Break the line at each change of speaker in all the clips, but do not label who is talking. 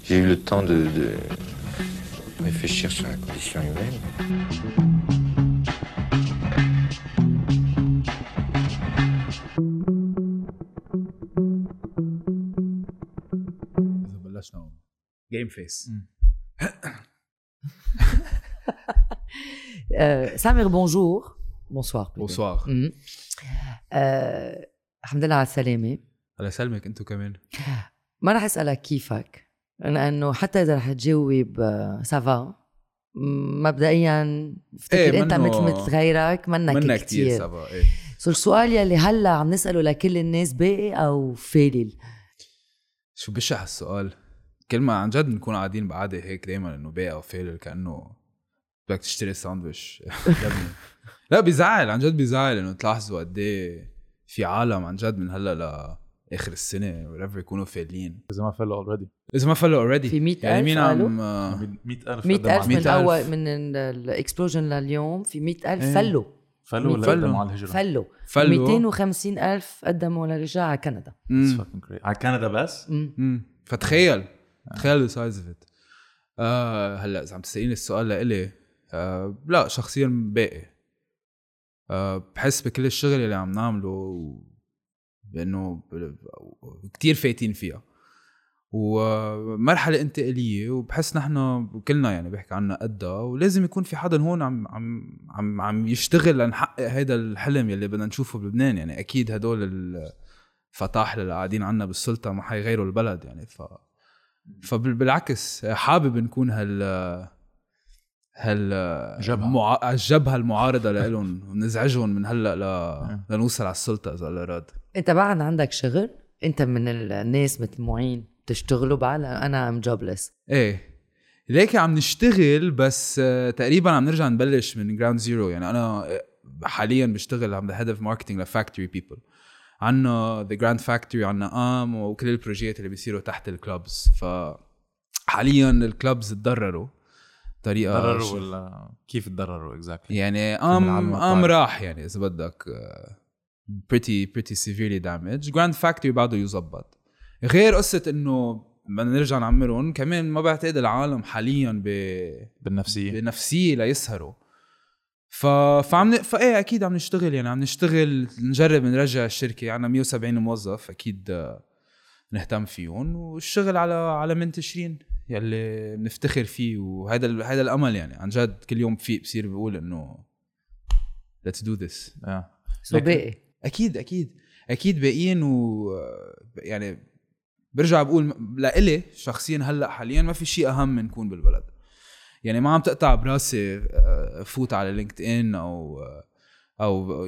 J'ai eu le temps de réfléchir sur la condition humaine.
بلشنا جيم فيس.
سامر بونجور. بونسوار.
بونسوار.
الحمد لله على السلامة.
الله يسلمك انتو كمان.
ما رح اسألك كيفك لأنه حتى إذا رح تجاوب سافا مبدئيا افتكر انت مثل غيرك منك كتير
سافا.
سو السؤال يلي هلا عم نسأله لكل الناس باقي أو فالل؟
شو بشع السؤال؟ كلمة عن جد نكون قاعدين بعادة هيك دايما انه باقي أو فالل كأنه بدك تشتري ساندويش. لا بيزعل عن جد بيزعل انه تلاحظوا قد ايه في عالم عن جد من هلا لاخر السنه وريفر يكونوا فالين
اذا ما فلوا اوريدي
في 100,000
يعني مين عم
100,000
من اول من الاكسبلوجن لليوم في 100,000 فلوا
قدموا على الهجره
فلوا 250,000 قدموا للرجاع على كندا.
على كندا بس.
فتخيل السايز اوف ات. هلا اذا عم تساليني السؤال لإلي لا شخصيا باقي. بحس بكل الشغل اللي عم نعمله بأنه كتير فايتين فيها ومرحلة انتقالية وبحس نحن كلنا يعني بحكي عنا قدها ولازم يكون في حدا هون عم يشتغل لنحقق هيدا الحلم يلي بدنا نشوفه بلبنان. يعني أكيد هدول الفتاح اللي قاعدين عنا بالسلطة ما حيغيروا البلد يعني فبالعكس حابب نكون الجبهة المعارضة لهم ونزعجهم من هلأ لنوصل على السلطة إذا الله راد.
أنت بعد عندك شغل؟ أنت من الناس متموعين تشتغلوا بعد؟ أنا ام جوبلس.
إيه ليك عم نشتغل بس تقريبا عم نرجع نبلش من جراوند زيرو. يعني أنا حاليا بشتغل عم هدف ماركتينج لفاكتوري بيبل. عنا The Grand Factory عنا وكل البروجيات اللي بيصيروا تحت الكلابز. فحاليا الكلابز اتضرروا طريقة
ضرروا ولا كيف تضرروا exactly؟
يعني راح يعني إذا بدك pretty severely damaged. Grand Factory بعده يزبط. غير قصة إنه بدنا نرجع نعمرهم كمان ما بعتقد العالم حاليا بنفسية ليسهروا. فإيه أكيد عم نشتغل يعني عم نشتغل نجرب نرجع الشركة. عنا 170 موظف أكيد نهتم فيهم والشغل على منتشرين يلي بنفتخر فيه. وهذا الأمل يعني عن جد كل يوم فيه بصير بقول إنه let's do this.
باقي
أكيد باقيين. يعني برجع بقول لإلي شخصيا هلأ حاليا ما في شيء أهم من نكون بالبلد. يعني ما عم تقطع براسي فوت على لينكد إن أو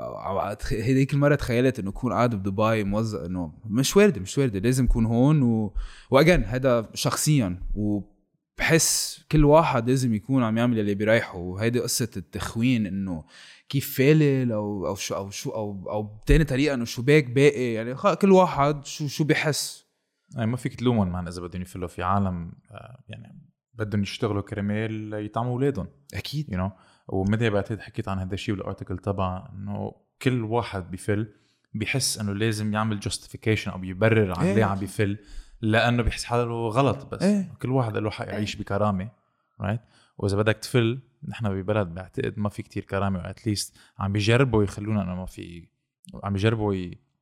هيك المرة تخيلت إنه أكون قاعد بدبي موظف. إنه مش واردة لازم أكون هون وأجن هذا شخصيا. وبحس كل واحد لازم يكون عم يعمل اللي بيريحه. وهيدي قصة التخوين إنه كيف فالل أو تاني طريقة إنه شو باقي يعني كل واحد شو بيحس.
يعني ما فيك تلومهم معنا إذا بدهم يفلوا في عالم يعني بدهم يشتغلوا كرمال يطعموا أولادهم
أكيد
ومدى بعتقد حكيت عن هذا الشيء بالارتيكل تبع انه كل واحد بيفل بيحس انه لازم يعمل justification او يبرر عن ليه عم بيفل لانه بيحس حاله غلط. بس كل واحد له حق يعيش بكرامه right. واذا بدك تفل نحن ببلد بعتقد ما في كتير كرامه واتليست عم بيجربوا يخلونا انه ما في عم بيجربوا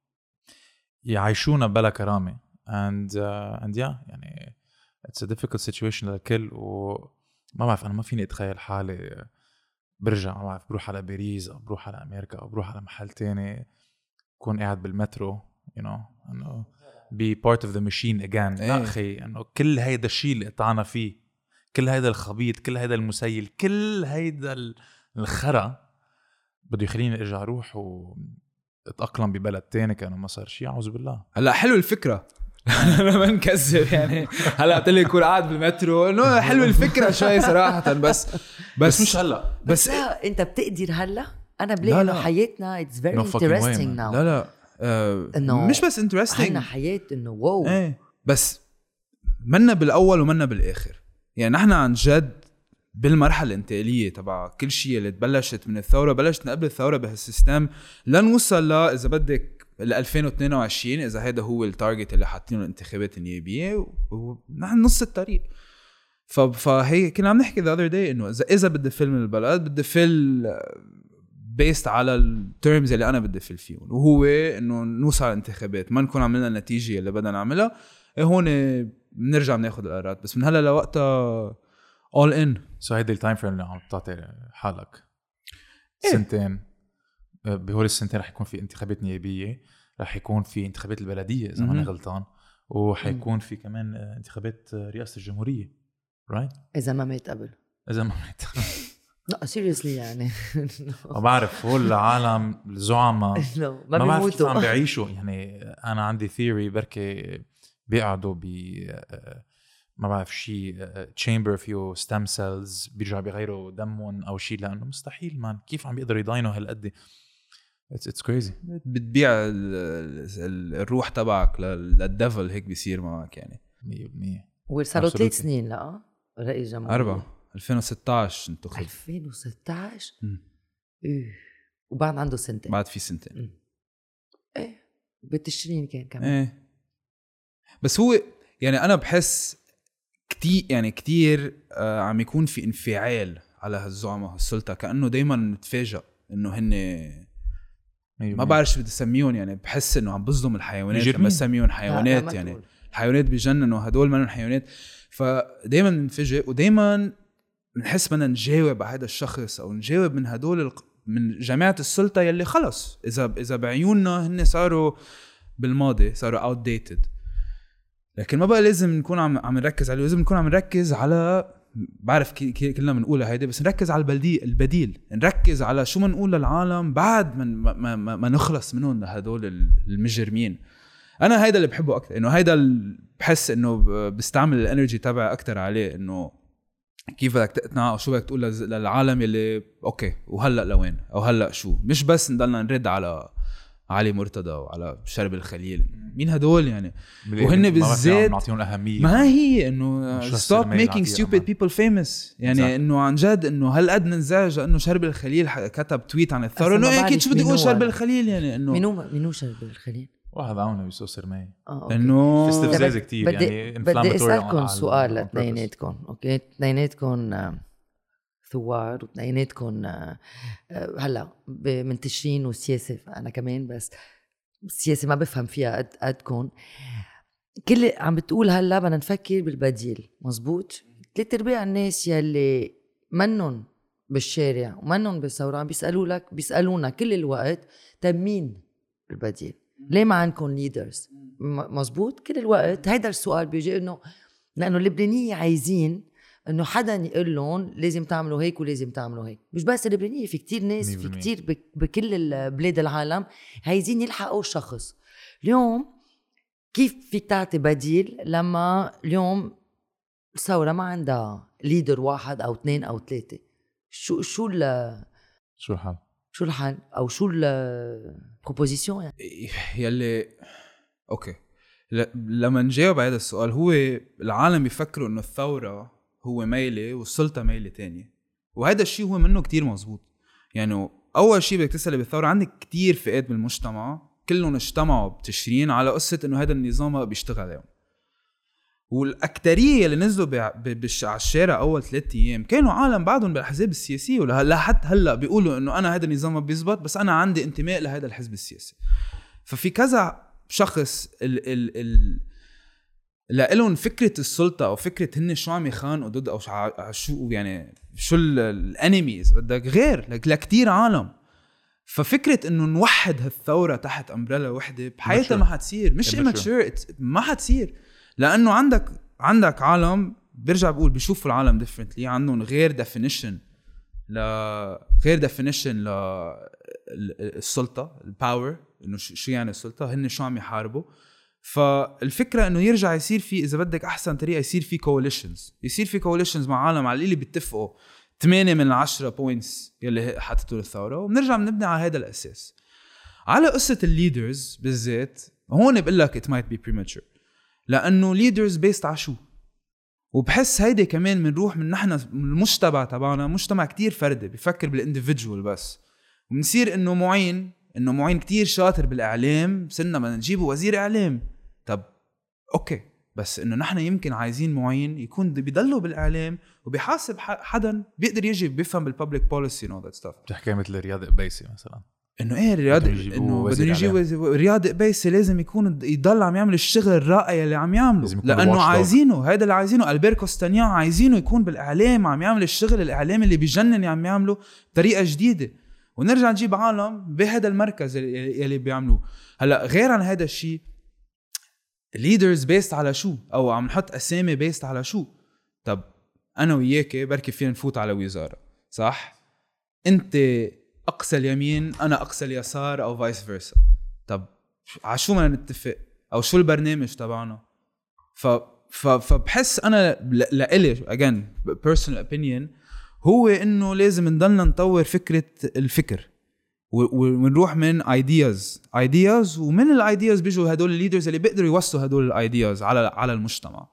يعيشونا بلا كرامه and يعني it's a difficult situation للكل. وما بعرف انا ما فيني اتخيل حالي برجع ما بعرف بروح على باريس او بروح على امريكا او بروح على محل تاني كون قاعد بالمترو انه be part of the machine again. اخي انه كل هيدا الشيء اللي قطعنا فيه كل هيدا الخبيط كل هيدا المسيل كل هيدا الخرا بده يخليني ارجع اروح واتاقلم ببلد تاني كانه ما صار شيء. اعوذ بالله.
هلا حلو الفكره. انا ما نكذب يعني هلا قلت لي كون قاعد بالمترو انه حلو الفكره شوي صراحه بس مش هلا
بس لا انت بتقدر هلا. انا بلاقي انه حياتنا it's very interesting now.
لا مش بس interesting
عنا حياه انه واو
بس منا بالاول ومنا بالاخر. يعني نحن عن جد بالمرحله الانتقاليه تبع كل شيء اللي تبلشت من الثوره بلشت قبل الثوره بهالسيستم لنوصل اذا بدك ل 2022 اذا هذا هو التارجت اللي حاطينه الانتخابات النيابيه ونحن نص الطريق. فهي كنا عم نحكي the other day انه اذا بدي فيل من البلد بدي فيل based على التيرمز اللي انا بدي فيل فيهم، وهو انه نوصل على الانتخابات ما نكون عملنا النتيجه اللي بدنا نعملها. هون بنرجع بناخذ القرارات، بس من هلا لوقتها all in.
سو هيدي التايم فريم اللي عم تعطي حالك سنتين. بهول السنتين رح يكون في انتخابات نيابيه، رح يكون في انتخابات البلديه اذا ماني غلطان، وحيكون في كمان انتخابات رئاسه الجمهوريه رايت
اذا ما مات قبل.
اذا ما مات
لا سيريسلي يعني
ما بعرف. هول العالم الزعماء
ما
بعرف كيف عم
بيموتوا.
بيعيشوا. يعني انا عندي ثيوري بركي بيقعدوا ما بعرف شيء تشامبر فيه ستام سيلز بيرجعوا بيغيروا دمهم او شيء، لانه مستحيل مان كيف عم بيقدروا يضاينوا هالقد. اتس كريزي.
بتبيع الروح تبعك للديفل، هيك بيصير معك يعني
100%.
وصاروا 3 سنين لا رئيس جمهورية
4 2016 انتخب
2016 ايه وبعد عنده سنتين.
بعد في سنتين
ايه بالتشرين كان كمان
ايه. بس هو يعني انا بحس كتير عم يكون في انفعال على هالزعماء هالسلطة، كأنه دايما نتفاجأ انه هن ما بعرف شو بدي اسميهم. يعني بحس انه عم بظلم الحيوانات لما اسميهم حيوانات. يعني الحيوانات بجننوا، هدول ما حيوانات. فدايما نتفاجئ ودايما بنحس بدنا نجاوب على هذا الشخص او نجاوب من هدول من جماعة السلطة يلي خلص اذا بعيوننا هن صاروا بالماضي، صاروا outdated. لكن ما بقى لازم نكون عم نركز عليه، لازم نكون عم نركز على بعرف كلنا بنقولها هيدا، بس نركز على البديل، نركز على شو بنقول للعالم بعد ما نخلص منهم هدول المجرمين. انا هيدا اللي بحبه اكثر، انه هيدا بحس انه بستعمل الانرجي تبعي اكثر عليه، انه كيف بدك تقنع او شو بدك تقول للعالم يلي اوكي وهلا لوين او هلا شو، مش بس نضلنا نرد على علي مرتضى وعلى شرب الخليل. مين هدول يعني؟ وهن بالذات
نعطيهم أهمية.
ما هي انه stop making stupid people famous. يعني انه عن جد انه هل قد ننزعج انه شرب الخليل كتب تويت عن الثورة، انه اكيد شو بدي اقول شرب الخليل. يعني انه
منو شرب الخليل؟
واحد عونه بيسو سرماي
انه
استفزاز كتير. يعني
بدي اسالكم سؤال لاثنيناتكم. اوكي اثنيناتكم ثوار واثنيناتكم هلا من تشرين والسياسه. انا كمان بس السياسه ما بفهم فيها قدكم. كل عم بتقول هلا بدنا نفكر بالبديل، مزبوط. 3/4 الناس يلي منن بالشارع ومنن بالثوره بيسالونا كل الوقت طيب مين البديل؟ ليه ما عندكم ليدرز؟ مزبوط. كل الوقت هيدا السؤال بيجي انه لانه اللبنانية عايزين انه حدا يقول لهم لازم تعملوا هيك ولازم تعملوا هيك. مش بس اللبنانية، في كتير ناس في كتير بكل بلاد العالم عايزين يلحقوا الشخص. اليوم كيف فيك تعطي بديل لما اليوم الثورة ما عندها ليدر 1 أو 2 أو 3؟ شو الحل او شو البروبوزيسيون يعني؟
يلي اوكي لما نجاوب على هذا السؤال، هو العالم بيفكروا انه الثوره هو ميله والسلطه ميله تانية، وهذا الشيء هو منه كتير مزبوط. يعني اول شيء بدك تسأل بالثوره، عندك كتير فئات بالمجتمع كلهم اجتمعوا بتشرين على قصه انه هذا النظام بيشتغل عليهم، والأكترية اللي نزلوا على الشارع أول 3 أيام كانوا عالم بعضهم بالأحزاب السياسية، ولا حتى هلأ بيقولوا إنه أنا هذا النظام ما بيزبط بس أنا عندي انتماء لهذا الحزب السياسي. ففي كذا شخص لهم فكرة السلطة أو فكرة هن شو عم يخانقوا ضد أو شو يعني شو الانيميز بدك غير لكتير عالم. ففكرة إنه نوحد هالثورة تحت أمبريلا وحدة بحياتها ما حتصير، مش immature، ما حتصير. لأنه عندك عالم برجع بقول بيشوفوا العالم differently، عندهم غير definition للسلطة الباور، إنه شو يعني السلطة، هن شو عم يحاربوا. فالفكرة إنه يرجع يصير في إذا بدك أحسن طريقة يصير في coalitions مع عالم على اللي بيتفقوا 8 من 10 points يلي حطتوا للثورة، وبنرجع بنبني على هذا الأساس. على قصة الليدرز بالذات هون بقول لك it might be premature، لأنه leaders based على شو؟ وبحس هيدا كمان منروح من نحن المجتمع تبعنا مجتمع كتير فردي بيفكر بالانديفيدجوال بس، وبنصير إنه معين انه معين كتير شاطر بالاعلام صرنا بدنا نجيبه وزير اعلام. طب اوكي، بس انه نحن يمكن عايزين معين يكون بيضلوا بالاعلام وبيحاسب حدا بيقدر يجي بيفهم بالبابليك بوليسي and all that stuff.
بتحكي مثل رياض قبيسي مثلا،
انه ايه رياض، انه بدهم يجيبوا رياض قبيسي لازم يكون يضل عم يعمل الشغل الرائع اللي عم يعمله، لانه عايزينه هذا اللي عايزينه. البيركو ستانيا عايزينه يكون بالاعلام عم يعمل الشغل الاعلامي اللي بيجنن عم يعمله بطريقه جديده، ونرجع نجيب عالم بهذا المركز اللي بيعملوه. هلا غير عن هذا الشيء leaders based على شو، او عم نحط اسامي based على شو؟ طب انا وياك بركي فينا نفوت على وزاره، صح؟ انت اقصى اليمين انا اقصى اليسار او فايس فيرسا. طب على شو ما نتفق او شو البرنامج تبعنا؟ فبحس انا لإلي again personal opinion هو انه لازم نضلنا نطور فكره الفكر ونروح من ideas ومن الايدياز بيجوا هدول الليدرز اللي بيقدروا يوصلوا هدول الايدياز على المجتمع.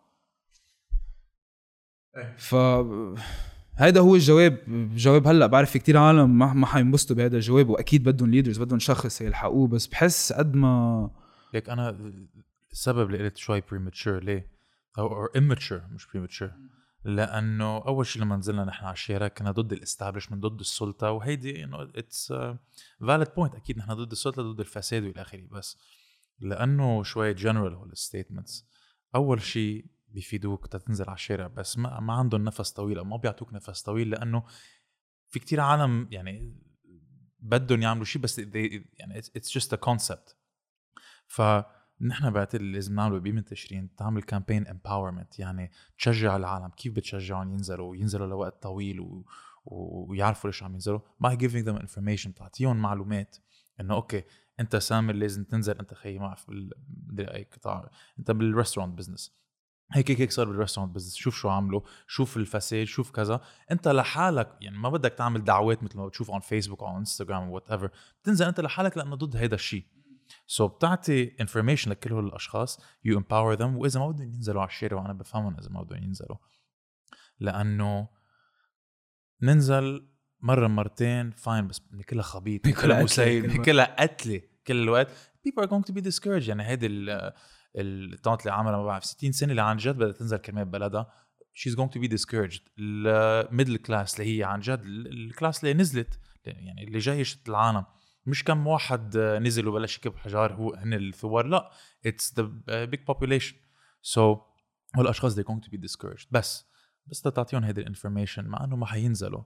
هذا هو الجواب. هلا بعرف في كتير عالم ما حينبسطوا بهذا الجواب، واكيد بدهم ليدرز بدهم شخص يلحقوه، بس بحس قد ما
ليك انا السبب اللي قلت شوي premature ليه او immature مش premature، لانه اول شيء لما نزلنا نحن على الشارع كنا ضد الاستابلشمنت ضد السلطه، وهيدي انه اتس valid point. اكيد نحن ضد السلطه ضد الفساد والى اخره، بس لانه شوي جنرال هول الستيتمنتس اول شيء بيفيدوك تنزل على الشارع، بس ما عندهم نفس طويل او ما بيعطوك نفس طويل، لانه في كتير عالم يعني بدهم يعملوا شيء بس يعني it's just a concept. فنحن بعتقد لازم نعمله بمن تشرين تعمل كامبين empowerment، يعني تشجع العالم. كيف بتشجعهم ينزلوا لوقت طويل ويعرفوا ليش عم ينزلوا؟ by giving them information، تعطيهم معلومات انه اوكي انت سامر لازم تنزل، انت خي ما اعرف اي قطاع، انت بالريستورانت بزنس هيك صار بالريستورانت بزنس، شوف شو عملوا، شوف الفساد، شوف كذا. انت لحالك يعني ما بدك تعمل دعوات مثل ما بتشوف on Facebook او انستغرام وات ايفر، بتنزل انت لحالك لانه ضد هيدا الشيء. بتعطي information لكل هول الاشخاص، you empower them. واذا ما بدهم ينزلوا على الشارع، وانا بفهمهم اذا ما بدهم ينزلوا، لانه ننزل مرة مرتين فاين، بس كلها خبيط، كلها مسيب، كلها قتلة كل الوقت. people are going to be discouraged. يعني هيدي الطاقة اللي عملها ما بعرف 60 سنة اللي عن جد بدها تنزل كرمال بلدها، she's going to be discouraged. الميدل كلاس اللي هي عن جد الكلاس اللي نزلت، يعني اللي جاي يشت العالم، مش كم واحد نزل وبلش يكب حجار هو هن الثوار، لا it's the big population. so والاشخاص they're going to be discouraged. بس تعطيهم هيدي الانفورميشن، مع انه ما حينزلوا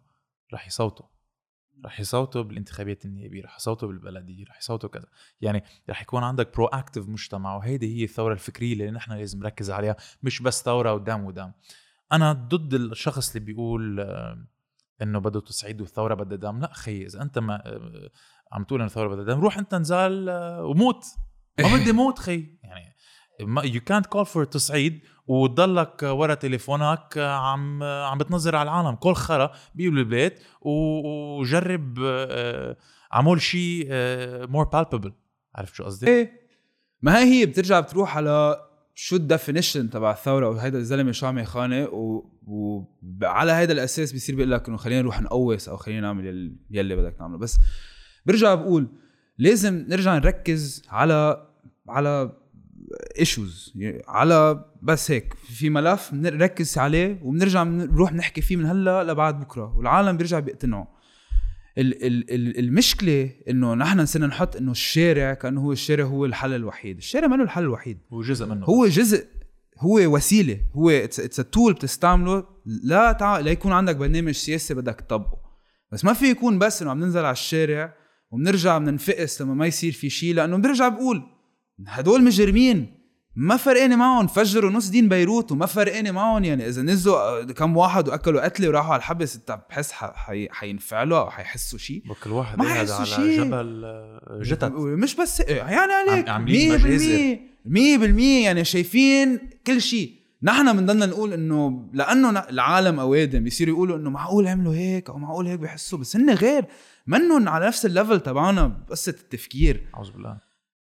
رح يصوتوا بالانتخابات النيابية، رح يصوتوا بالبلدية، رح يصوتوا كذا. يعني رح يكون عندك proactive مجتمع، وهيدي هي الثورة الفكرية اللي نحن لازم نركز عليها، مش بس ثورة ودم. أنا ضد الشخص اللي بيقول إنه بده تصعيد والثورة بدها دم. لا خي، إذا أنت ما عم تقول إن الثورة بدها دم، روح أنت نزال وموت. ما بدي موت خي، يعني you can't call for تصعيد وتضلك ورا تليفونك عم بتنظر على العالم كل خرا بيقول البيت، وجرب عمول شيء more palpable. عارف شو قصدي؟
ايه، ما هي بترجع بتروح على شو الديفينيشن تبع الثوره، وهيدا الزلمه شو عم يخانق، وعلى هيدا الاساس بيصير بيقول لك انه خلينا نروح نقوس او خلينا نعمل يلي بدك نعمله. بس برجع بقول لازم نرجع نركز على issues، على بس هيك في ملف نركز عليه وبنرجع نروح نحكي فيه من هلا لبعد بكره، والعالم بيرجع بيقتنعوا. المشكله انه نحن نسينا نحط انه الشارع كانه هو الشارع هو الحل الوحيد. الشارع ما هو الحل الوحيد،
هو جزء منه،
هو جزء، هو وسيله، هو اتس تول بتستعمله لا يكون عندك برنامج سياسي بدك تطبقه. بس ما في يكون بس انه عم ننزل على الشارع وبنرجع بننفقس لما ما يصير في شيء، لانه بنرجع بقول هدول مجرمين ما فرقاني معهم فجروا نص دين بيروت، وما فرقاني معهم يعني اذا نزلوا كم واحد واكلوا قتله وراحوا على الحبس. انت بحس حينفعلوا او حيحسوا شيء؟
كل واحد قاعد على جبل جتت،
مش بس يعني عليك 100% يعني شايفين كل شيء. نحن بنضلنا نقول انه لانه العالم اوادم بيصيروا يقولوا انه معقول عملوا هيك او معقول هيك بيحسوا، بس هن غير منهم على نفس الليفل تبعنا بس التفكير.
اعوذ بالله.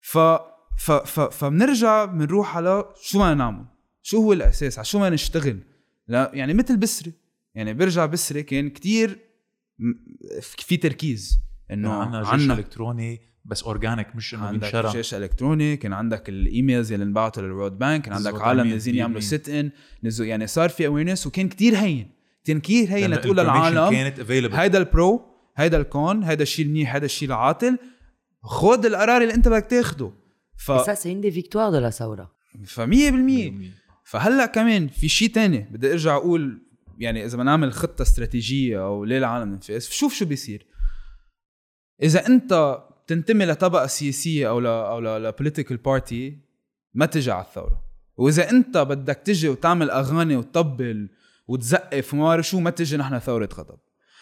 فبنرجع بنروح على شو ما نعمل، شو هو الأساس، على شو ما نشتغل. لا يعني مثل بسري، يعني برجع بسري كان كتير في تركيز انه
عنا جيش الكتروني بس اورجانيك مش انه
عندك
بينشرى.
جيش الكتروني، كان عندك الايميلز اللي انبعثوا للورد بانك، كان عندك عالم نازلين يعملوا سيت ان نزلوا، يعني صار في اويرنس وكان كتير هين لتقول للعالم هيدا البرو، هيدا الكون، هيدا الشيء المنيح، هيدا الشيء العاطل، خد القرار اللي انت بدك تاخده.
اساس عندي فيكتوار دو لا ثوره
100%. فهلا كمان في شيء تاني بدي ارجع اقول، يعني اذا بنعمل خطه استراتيجيه او ليه العالم ينفاس، شوف شو بيصير اذا انت تنتمي لطبقه سياسيه او ل political party ما تجي على الثوره، واذا انت بدك تجي وتعمل اغاني وتطبل وتزقف وما شو ما تجي نحن ثوره غضب.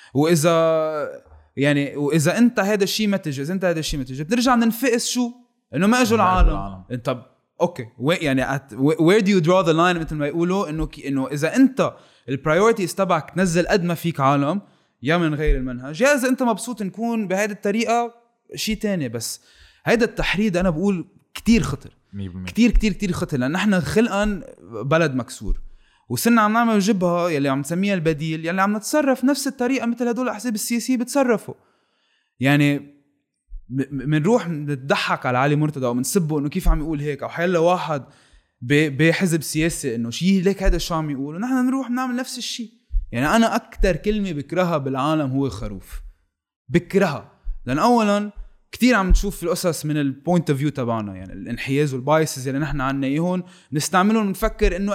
واذا انت هذا الشيء ما تجي، اذا انت هذا الشيء ما تجي، بنرجع ننفقس شو انه ما اجوا العالم. انت اوكي يعني where do you draw the line مثل ما يقولوا، انه اذا انت البرايورتيز تبعك تنزل قد ما فيك عالم يا من غير المنهج، يا اذا انت مبسوط نكون بهذه الطريقه شيء تاني. بس هيدا التحريض انا بقول كتير خطر، كتير كتير كتير خطر، لان احنا خلقا بلد مكسور وصرنا عم نعمل جبهه يلي عم نسميها البديل، يلي عم نتصرف نفس الطريقه مثل هدول الاحزاب السياسيه بتصرفوا. يعني منروح نضحك على علي مرتضى ومنسبه انه كيف عم يقول هيك، او حيلا واحد بحزب سياسي انه شيء ليك هذا شو عم يقول، ونحن نروح نعمل نفس الشيء. يعني انا اكتر كلمه بكرهها بالعالم هو خروف، بكرهها، لان اولا كتير عم نشوف القصص من البوينت اوف فيو تبعنا، يعني الانحياز والبايسز اللي نحن عنا اياهم نستعملهم نفكر انه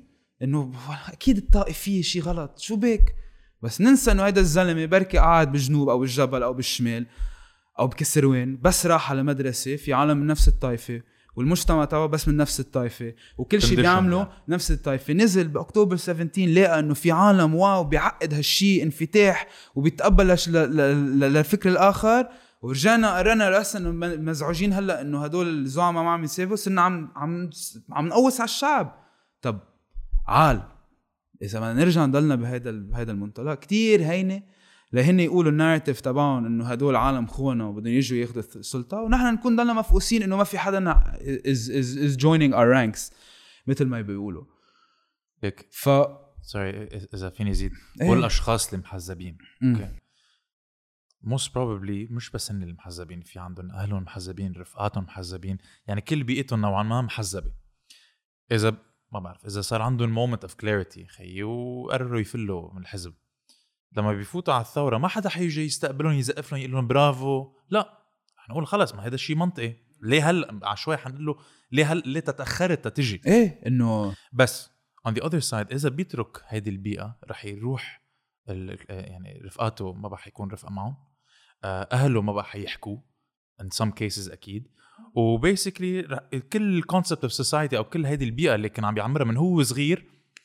اكيد الطائفيه شيء غلط، شو بك، بس ننسى انه هذا الزلمه بركي قاعد بالجنوب او بالجبل او بالشمال او بكسروين، بس راح على مدرسه في عالم من نفس الطائفه، والمجتمع تبعه بس من نفس الطائفه، وكل شيء بيعمله نفس الطائفه. نزل باكتوبر 17 لقى انه في عالم واو بيعقد هالشيء انفتاح وبيتقبل للفكر الاخر، ورجعنا قررنا راسا انه مزعوجين هلا انه هدول الزعماء ما عم يسيبوا، صرنا عم نقوس على الشعب. طب عال اذا ما نرجع نضلنا بهذا المنطلق كتير هينه لهن يقولوا الناريتيف تبعهم انه هدول عالم خونا وبدهم يجوا ياخذوا السلطه، ونحن نكون ضلنا مفقوسين انه ما في حدا is joining our ranks مثل ما بيقولوا
هيك. سوري اذا فيني زيد
ايه؟
والاشخاص اللي محزبين اوكي most probably مش بس ان المحزبين، في عندهم اهلهم محزبين، رفقاتهم محزبين، يعني كل بيئتهم نوعا ما محزبه. اذا ما بعرف اذا صار عندهم moment of clarity خيي وقرروا يفلوا من الحزب، لما بيفوتوا على الثوره ما حدا حيجي يستقبلهم يزقف لهم يقول لهم برافو، لا حنقول خلص ما هذا الشيء منطقي، ليه هلا عشوائي حنقول له ليه تتاخرت تجي
ايه انه.
بس on the other side اذا بيترك هذه البيئه رح يروح يعني رفقاته ما بقى يكون رفقه معهم، اهله ما بقى يحكوا in some cases اكيد، وبيسكلي كل concept of society او كل هذه البيئه اللي كان عم بيعمرها من هو صغير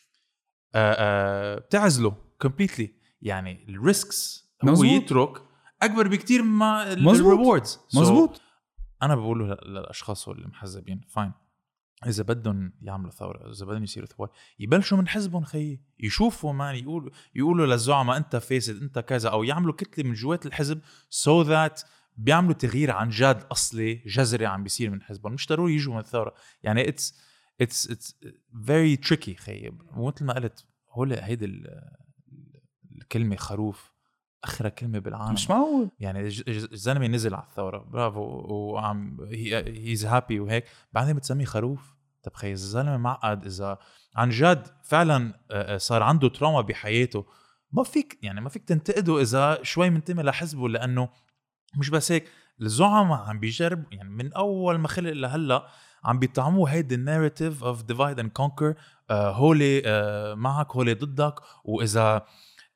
بتعزله completely. يعني الريسكس هو يترك اكبر بكتير مما الريوردز.
مزبوط.
انا بقوله للاشخاص المحزبين فاين، اذا بدهم يعملوا ثوره، اذا بدهم يصيروا ثوار، يبلشوا من حزبهم خيي، يشوفوا مان يقولوا للزعماء انت فاسد انت كذا، او يعملوا كتله من جوات الحزب so that بيعملوا تغيير عن جد اصلي جذري عم بيصير من حزبهم، مش ضروري يجوا من الثوره. يعني it's very tricky خيي. ومثل ما قلت هيدي الكلمه خروف اخر كلمه بالعالم،
مش معقول.
يعني الزلمه نزل على الثوره برافو وعم هيز هابي وهيك، بعدين بتسميه خروف. طب خي الزلمه معقد، اذا عن جد فعلا صار عنده تروما بحياته ما فيك تنتقده اذا شوي منتمي لحزبه، لانه مش بس هيك الزعماء عم بيجرب يعني من اول ما خلق لهلا عم بيطعموا هيدا الناريتيف اوف ديفايد اند كونكر، هولي معك هولي ضدك، واذا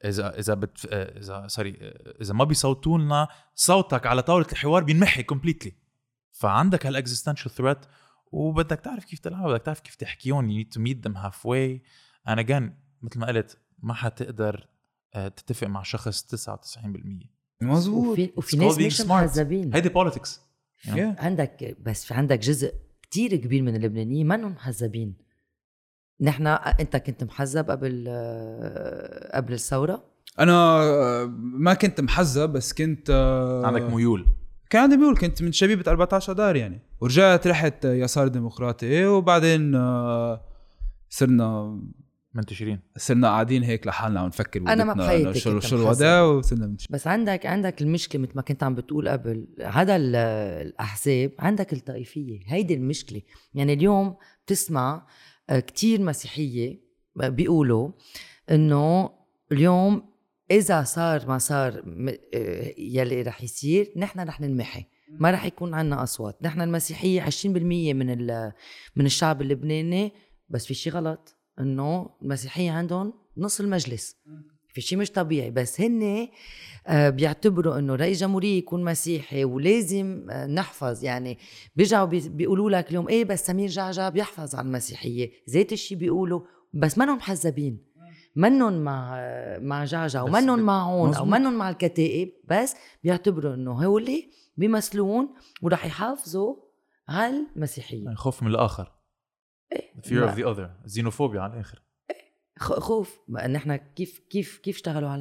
اذا ما بيصوتوا لنا صوتك على طاوله الحوار بينمحي كومبليتلي. فعندك هالاكزيستنشال ثريت وبدك تعرف كيف تلعب، بدك تعرف كيف تحكيهم، you need to meet them halfway. انا again مثل ما قلت ما حتقدر تتفق مع شخص 99%.
مظبوط.
وفي ناس مش محزبين،
هيدي politics
عندك بس في عندك جزء كتير كبير من اللبنانيين ما انهم محزبين. انت كنت محزب قبل الثوره؟
انا ما كنت محزب، بس كنت
عندك ميول.
كان عندي ميول، كنت من شبيبة 14 دار يعني، ورجعت رحت يسار ديمقراطي، وبعدين صرنا
منتشرين.
صرنا قاعدين هيك لحالنا ونفكر
أنا ما بحياتي
شو
كنت
الوضع وصرنا منتشرين.
بس عندك المشكلة مثل ما كنت عم بتقول قبل، هذا الأحزاب عندك الطائفية، هيدي المشكلة. يعني اليوم بتسمع كتير مسيحية بيقولوا إنه اليوم إذا صار ما صار يلي رح يصير، نحن رح ننمحي، ما رح يكون عنا أصوات. نحن المسيحية 20% من الشعب اللبناني، بس في شي غلط إنه المسيحية عندهم نص المجلس، في شي مش طبيعي. بس هن بيعتبروا إنه رئيس جمهورية يكون مسيحي ولازم نحفظ. يعني بيرجعوا بيقولوا لك اليوم إيه بس سمير جعجع بيحفظ على المسيحية، ذات الشي بيقولوا، بس منهم محزبين، منهم مع جعجع ومنهم معون أو منهم مع الكتائب، بس بيعتبروا إنه هولي بيمثلون ورح يحافظوا على المسيحية.
يعني خوف من الآخر، fear of the other، xenophobia على الآخر.
خوف. ما نحن كيف اشتغلوا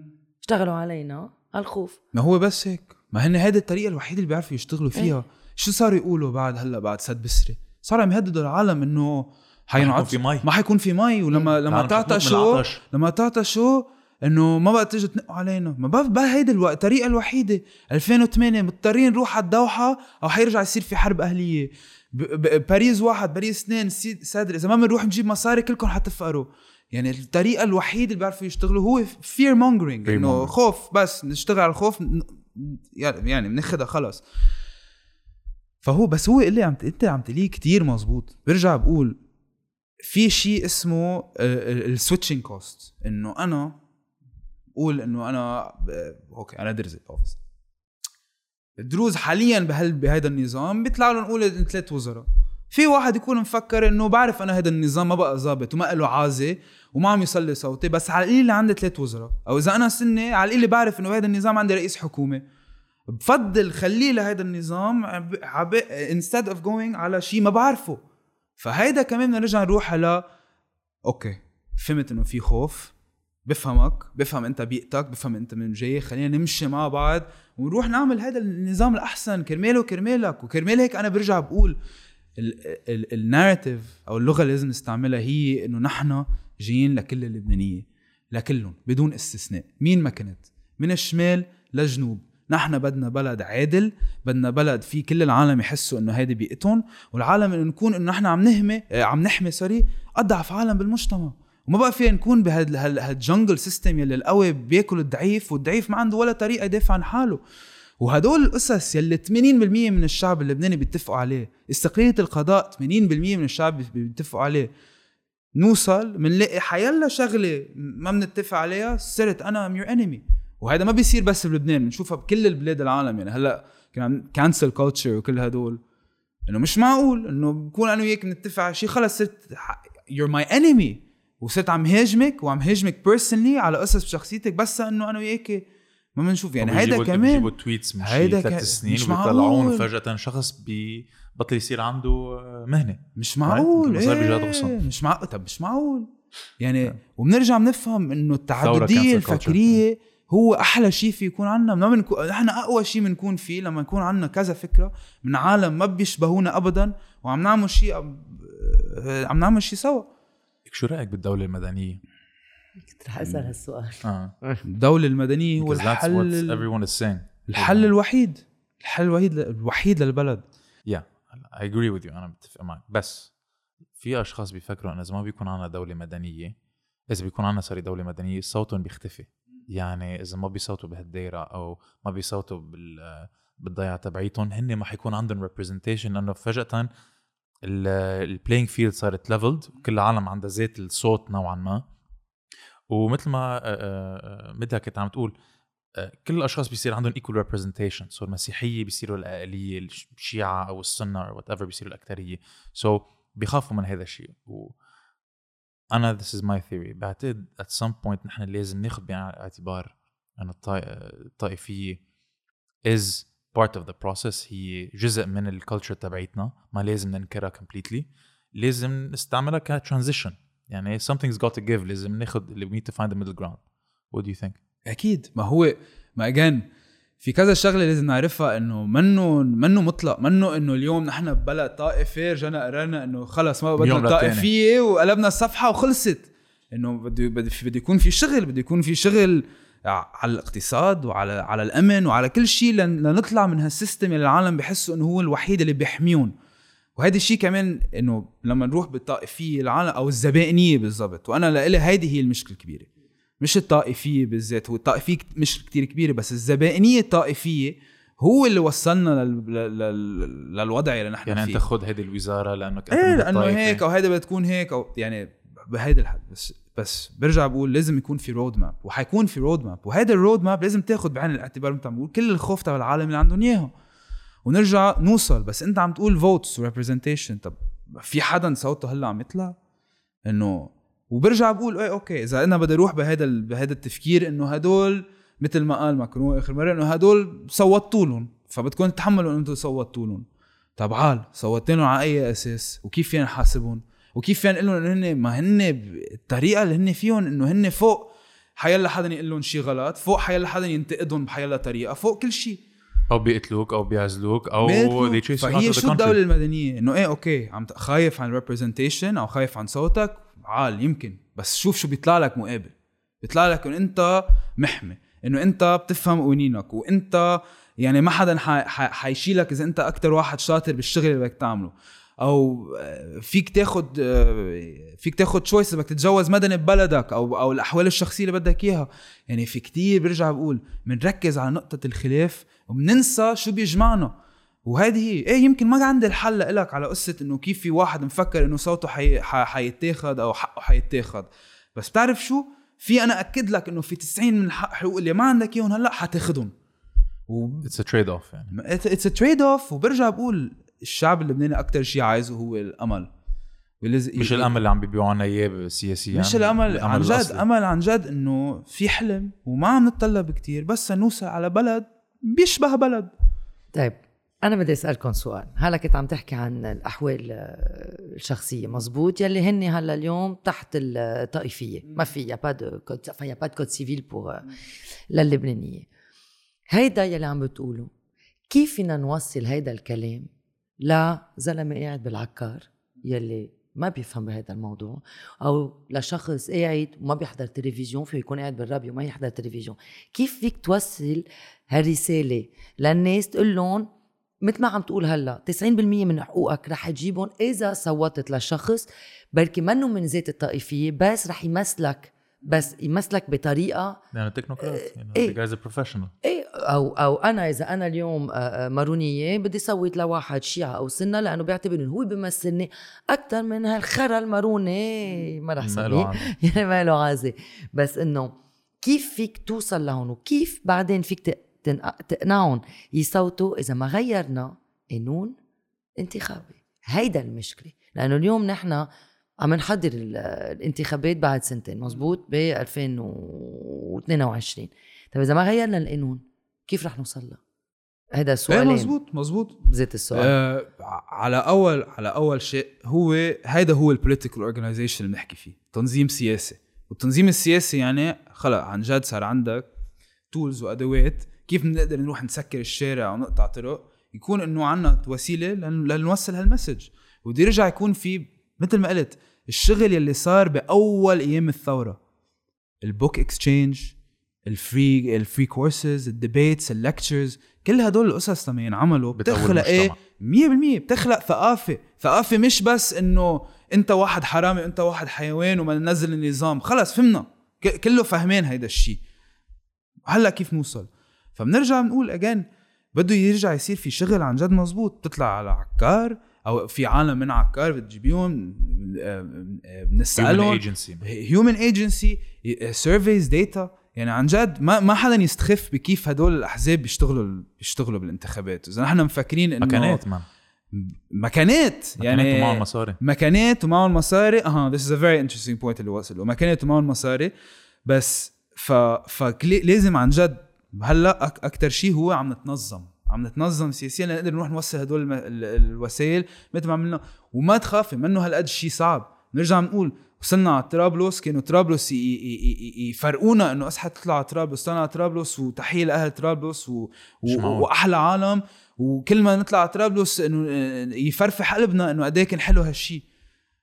علينا على الخوف.
ما هو بس هيك، ما هن هيدي الطريقة الوحيدة اللي بيعرفوا يشتغلوا فيها. شو صاروا يقولوا بعد سد بسري؟ صاروا يهددوا العالم إنه ما حيكون في مي، ولما تعطشوا إنه ما بقى تيجي تنقوا علينا. ما بقى هيدي الطريقة الوحيدة. 2008 مضطرين نروح على الدوحة أو حيرجع يصير في حرب أهلية. باريس 1 باريس 2 سادر، إذا ما بنروح نجيب مصاري كلكم حتفقروا. يعني الطريقة الوحيدة اللي بيعرفوا يشتغلوا هو fear mongering، إنه خوف، بس نشتغل على الخوف يعني بناخدها خلاص. فهو بس هو اللي انت عم تقوليه كتير مزبوط. برجع بقول في شيء اسمه السويتشنج كوست، إنه أنا أقول إنه أنا أوكي أنا درزت أوفيس الدروز حاليا بهذا النظام بيطلع له نقول 3 وزراء. في واحد يكون مفكر إنه بعرف أنا هذا النظام ما بقى ظابط وما له عازة وما عم يصلي صوتي، بس على القليل عندي 3 وزراء، أو إذا أنا سنة على القليل بعرف إنه هذا النظام عندي رئيس حكومة، بفضل خليه لهذا النظام instead of going على شيء ما بعرفه. فهيدا كمان نرجع نروح على أوكي فهمت إنه في خوف، بفهم أنت بيئتك، بفهم أنت من جاي، خلينا نمشي مع بعض ونروح نعمل هذا النظام الأحسن كرمالك. وكرمال هيك أنا برجع بقول الناريتيف أو اللغة اللي لازم نستعملها هي إنه نحن جايين لكل اللبنانية، لكلهم بدون استثناء، مين ما كنت من الشمال للجنوب. نحن بدنا بلد عادل، بدنا بلد فيه كل العالم يحسوا إنه هيدي بيئتهم، والعالم إنه نكون إنه نحن عم نحمي أضعف عالم بالمجتمع. وما بقى فيه نكون بهالجنجل سيستم يلي القوي بياكل الضعيف، والضعيف ما عنده ولا طريقة يدافع عن حاله. وهدول القصص يلي 80% من الشعب اللبناني بيتفقوا عليه، استقلالية القضاء 80% من الشعب بيتفقوا عليه. نوصل منلاقي حيلا شغلة ما بنتفق عليها، صرت أنا your enemy. وهذا ما بيصير بس بلبنان، بنشوفها بكل البلاد العالم. يعني هلأ كان cancel culture وكل هدول، إنه مش معقول إنه بكون أنا وياك بنتفق على شيء خلص صرت you're my enemy، وصرت عم هاجمك personally على قصص بشخصيتك بس إنه أنا وياك ما بنشوف. يعني هيدا كمان
بيجيبوا تويتس من شي 3 سنين وبيطلعون فجأة شخص بطل يصير عنده مهنة.
مش معقول
مش معقول.
طب مش معقول يعني. وبنرجع بنفهم إنه التعددية الفكرية هو أحلى شيء في يكون عنا. نحن أقوى شيء بنكون فيه لما يكون عنا كذا فكرة من عالم ما بيشبهونا أبدا، وعم نعمل شيء سوا.
شو رأيك بالدولة المدنية؟
كنت رح أسأل هالسؤال.
الدولة المدنية هو الحل الوحيد للبلد.
I agree with you. أنا بتفق معك. بس في أشخاص بيفكروا أن إذا ما بيكون عنا دولة مدنية، إذا بيكون عنا صار دولة مدنية صوتهم بيختفي. يعني إذا ما بيصوتوا بهالدائرة أو ما بيصوتوا بالضيعة تبعيتهم، هن ما حيكون عندهم representation، لأنه فجأة البلاينج فيلد صارت leveled، كل العالم عندها ذات الصوت نوعا ما. ومثل ما مدها كنت عم تقول، كل الأشخاص بيصير عندهم equal representation. so المسيحية بيصيروا الأقلية، الشيعة أو السنة or whatever بيصيروا الأكترية. so بيخافوا من هذا الشيء. أنا this is my theory. بعتقد at some point نحن لازم ناخد بعين الاعتبار أن الطائفية is part of the process، هي جزء من الكالتشر تبعيتنا، ما لازم ننكرها completely، لازم نستعملها كtransition. يعني something's got to give، لازم ناخد we need to find the middle ground. What do you think؟
أكيد. ما again في كذا شغلة لازم نعرفها، إنه منه مطلق، منه إنه اليوم نحن ببلد طائفي رجعنا قررنا إنه خلص ما بدنا طائفية وقلبنا الصفحة وخلصت. انه بده يكون في شغل، بده يكون في شغل على الاقتصاد وعلى الامن وعلى كل شيء لنطلع من هالسيستم اللي العالم بيحسوا انه هو الوحيد اللي بيحميهم. وهذا الشيء كمان انه لما نروح بالطائفيه العالم او الزبائنيه بالضبط، وانا لإلي هيدي هي المشكله الكبيره، مش الطائفيه بالذات. هو الطائفيه مش كتير كبيره، بس الزبائنيه الطائفيه هو اللي وصلنا للوضع اللي نحن
يعني
فيه.
انت خد هيدي الوزاره لانك انت
ايه لانه هيك او هيدا بتكون هيك او يعني بهيدا الحد. بس برجع بقول لازم يكون في رود ماب، وحيكون في رود ماب، وهذا الرود ماب لازم تاخد بعين الاعتبار. انت عم بقول كل الخوف تبع العالم اللي عندهم اياه ونرجع نوصل، بس انت عم تقول votes و representation. طب في حدا صوته هلا عم يطلع انه؟ وبرجع بقول ايه اوكي اذا انا بدي اروح بهذا التفكير انه هدول مثل ما قال ماكرون اخر مره انه هدول صوتوا لهم فبدكم تتحملوا انه انتم صوتوا لهم. طب عال صوتوا لهم على اي اساس؟ وكيف فينا نحاسبهم؟ وكيف فينا نقول لهم انه هن ما هن الطريقه اللي هن فيهم انه هن فوق حيلا حدا يقول لهم شيء غلط، فوق حيلا حدا ينتقدهم بحيلا طريقه، فوق كل شيء،
او بيقتلوك او بيعزلوك او
فهي شو الدولة المدنية؟ انه ايه اوكي عم خايف عن representation او خايف عن صوتك عال يمكن، بس شوف شو بيطلع لك مقابل. بيطلع لك انه انت محمي، انه انت بتفهم قوانينك، وانت يعني ما حدا حيشيلك اذا انت اكتر واحد شاطر بالشغل اللي بدك تعمله، او فيك تاخد تشويس بدك تتجوز مدني ببلدك او الاحوال الشخصيه اللي بدك اياها. يعني في كتير برجع بقول بنركز على نقطه الخلاف وبننسى شو بيجمعنا. وهذه هي ايه يمكن ما عندي الحل لك على قصه انه كيف في واحد مفكر انه صوته حيتاخد او حقه حيتاخد، بس بتعرف شو في انا اكد لك انه في 90 من حقوق اللي ما عندك اياهم هلا حتاخدهم.
it's a trade off يعني
it's a trade off. وبرجع بقول الشعب اللبناني اكتر شيء عايزه هو الامل،
مش الامل اللي عم بيبيعونا اياه سياسيا،
مش الامل عن جد الأصلي. امل عن جد انه في حلم وما عم نتطلب كتير، بس نوصل على بلد بيشبه بلد.
طيب أنا بدي أسألكم سؤال. هلا كنت عم تحكي عن الأحوال الشخصية، مزبوط، يلي هني هلا اليوم تحت الطائفية، ما في يا با كود سيفيل بور للبنانية. هيدا يلي عم بتقوله كيف فينا نوصل هيدا الكلام لزلمة قاعد بالعكار يلي ما بيفهم بهذا الموضوع، أو لشخص قاعد وما بيحضر تلفزيون فيه يكون قاعد بالرابي وما يحضر تلفزيون؟ كيف فيك توصل هالرسالة للناس تقول لهم مثل ما عم تقول هلا 90% من حقوقك رح تجيبهم إذا صوتت لشخص بركي منه من ذات الطائفية، بس رح يمثلك بطريقة
يعني تكنوقراط،
إيه؟
the guy is a professional.
إيه أو أنا إذا أنا اليوم مارونية بدي صوت لواحد شيعة أو سنة لأنه بيعتبر إنه هو بيمثلني أكتر من هالخرا الماروني، ما رح سبيه يعني ما له عازة. بس إنه كيف فيك توصل لهون وكيف بعدين فيك تقنعهم يصوتوا إذا ما غيرنا قانون انتخابي؟ هيدا المشكلة. لأنه اليوم نحن عم نحضر الانتخابات بعد سنتين، مزبوط، ب 2022. طيب إذا ما غيرنا القانون كيف رح نوصل له؟ هذا السؤال.
مزبوط
زيت السؤال.
على أول شيء هيدا هو البوليتيكال اورجانيزيشن اللي بنحكي فيه، تنظيم سياسي. والتنظيم السياسي يعني خلق عن جد صار عندك تولز وأدوات كيف بنقدر نروح نسكر الشارع ونقطع طرق، يكون إنه عنا وسيلة لنوصل هالمسج. ودي رجع يكون في مثل ما قلت الشغل يلي صار بأول أيام الثورة، البوك اكسشينج، الفري كورسز، الديبيتس، اللكتشرز، كل هدول القصص لما ينعملوا بتخلق ايه 100% بتخلق ثقافة مش بس انه انت واحد حرامي انت واحد حيوان وما ننزل النظام. خلص فهمنا كله فهمين هيدا الشيء. هلا كيف نوصل؟ فبنرجع بنقول اجان بده يرجع يصير في شغل عن جد مزبوط. بتطلع على عكار او في عالم من عكار بتجيبيهم بنسألهم human agency surveys data. يعني عن جد ما حدا يستخف بكيف هدول الأحزاب بيشتغلوا بالانتخابات. إذا نحن مفكرين إنه مكانات يعني
ومعهم مصاري،
مكانات ومعهم مصاري. this is a very interesting point اللي وصلوا مكانات ومعهم مصاري. بس لازم عن جد هلا أكتر شيء هو عم نتنظم سياسيا لنقدر نروح نوصل هدول الوسائل مثل ما عملنا. وما تخافي منه هالقد شيء صعب. نرجع نقول وصلنا على طرابلس، كانوا طرابلس يفرقونا انه اصحى تطلع على طرابلس، طلعنا على طرابلس وتحيه لاهل طرابلس واحلى عالم، وكل ما نطلع على طرابلس انه يفرفح قلبنا انه قد ايه كان حلو هالشيء.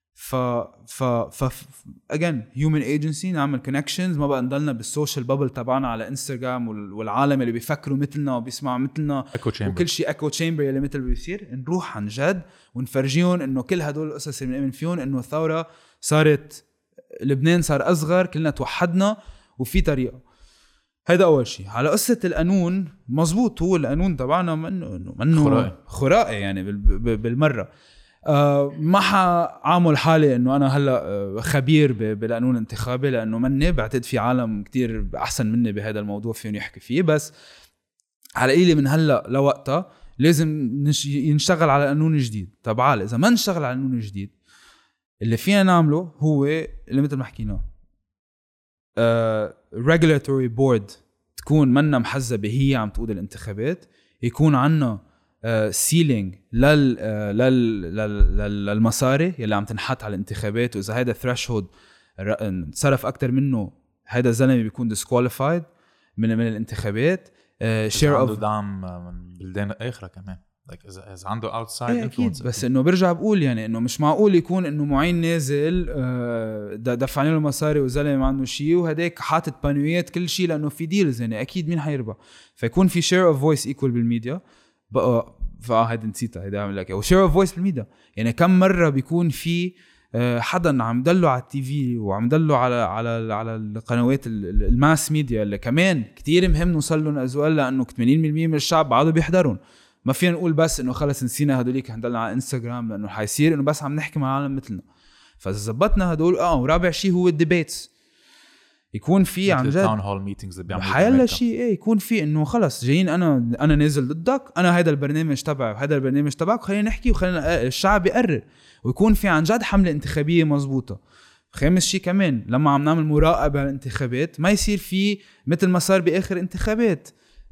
again human agency نعمل connections ما بقى نضلنا بالسوشيال بابل تبعنا على انستغرام والعالم اللي بيفكروا مثلنا وبيسمعوا مثلنا وكل شيء اكو تشامبر اللي مثل بيصير نروح عن جد ونفرجيهم انه كل هدول القصص اللي بنؤمن فيهم انه الثوره صارت لبنان صار اصغر كلنا توحدنا وفي طريقه. هذا اول شيء. على قصه القانون مزبوط هو القانون تبعنا منه خرائي يعني بالمره. ما حاعمل حالي انه انا هلا خبير بالقانون الانتخابي لانه مني بعتقد في عالم كتير احسن مني بهذا الموضوع فيهم يحكي فيه بس على قليله من هلا لوقتها لازم نشتغل على قانون جديد. طب عال اذا ما نشتغل على قانون جديد اللي فينا نعمله هو اللي مثل ما حكينا regulatory board تكون منا محزبه هي عم تقود الانتخابات يكون عنا سيلينج للمصاري يلي عم تنحط على الانتخابات واذا هذا ثريشولد صرف اكتر منه هذا الزلمه بيكون disqualified من الانتخابات. شير اوف
دعم من بلدان اخرى كمان اذا عنده اوتسايد انفلونس
بس انه برجع بقول يعني انه مش معقول يكون انه معين نازل دفع له مصاري والزلمه ما عنده شيء وهداك حاطط بانويات كل شيء لانه في ديلز يعني اكيد مين حيربح. فيكون في شير اوف فويس ايكوال بالميديا بقى هيدا نسيتها هيدا عامل لك وشير اوف فويس بالميديا. يعني كم مره بيكون في حدا عم دلو على التي في وعم دلو على القنوات الماس ميديا اللي كمان كتير مهم نوصل لهم ازوال لانه 80% من الشعب بعده بيحضرون. ما فينا نقول بس انه خلص نسينا هدوليك هندلنا على انستغرام لانه حيصير انه بس عم نحكي مع العالم مثلنا. فاذا زبطنا هدول ورابع شيء هو الديبيتس يكون في عن جد
التاون هول ميتينجز اللي بيعملوا
حيلا شيء يكون في انه خلص جايين انا نازل ضدك انا هذا البرنامج تبعي وهذا البرنامج تبعك خلينا نحكي وخلينا الشعب يقرر ويكون في عن جد حملة انتخابية مزبوطة. خامس شيء كمان لما عم نعمل مراقبة على الانتخابات ما يصير في مثل ما صار باخر انتخابات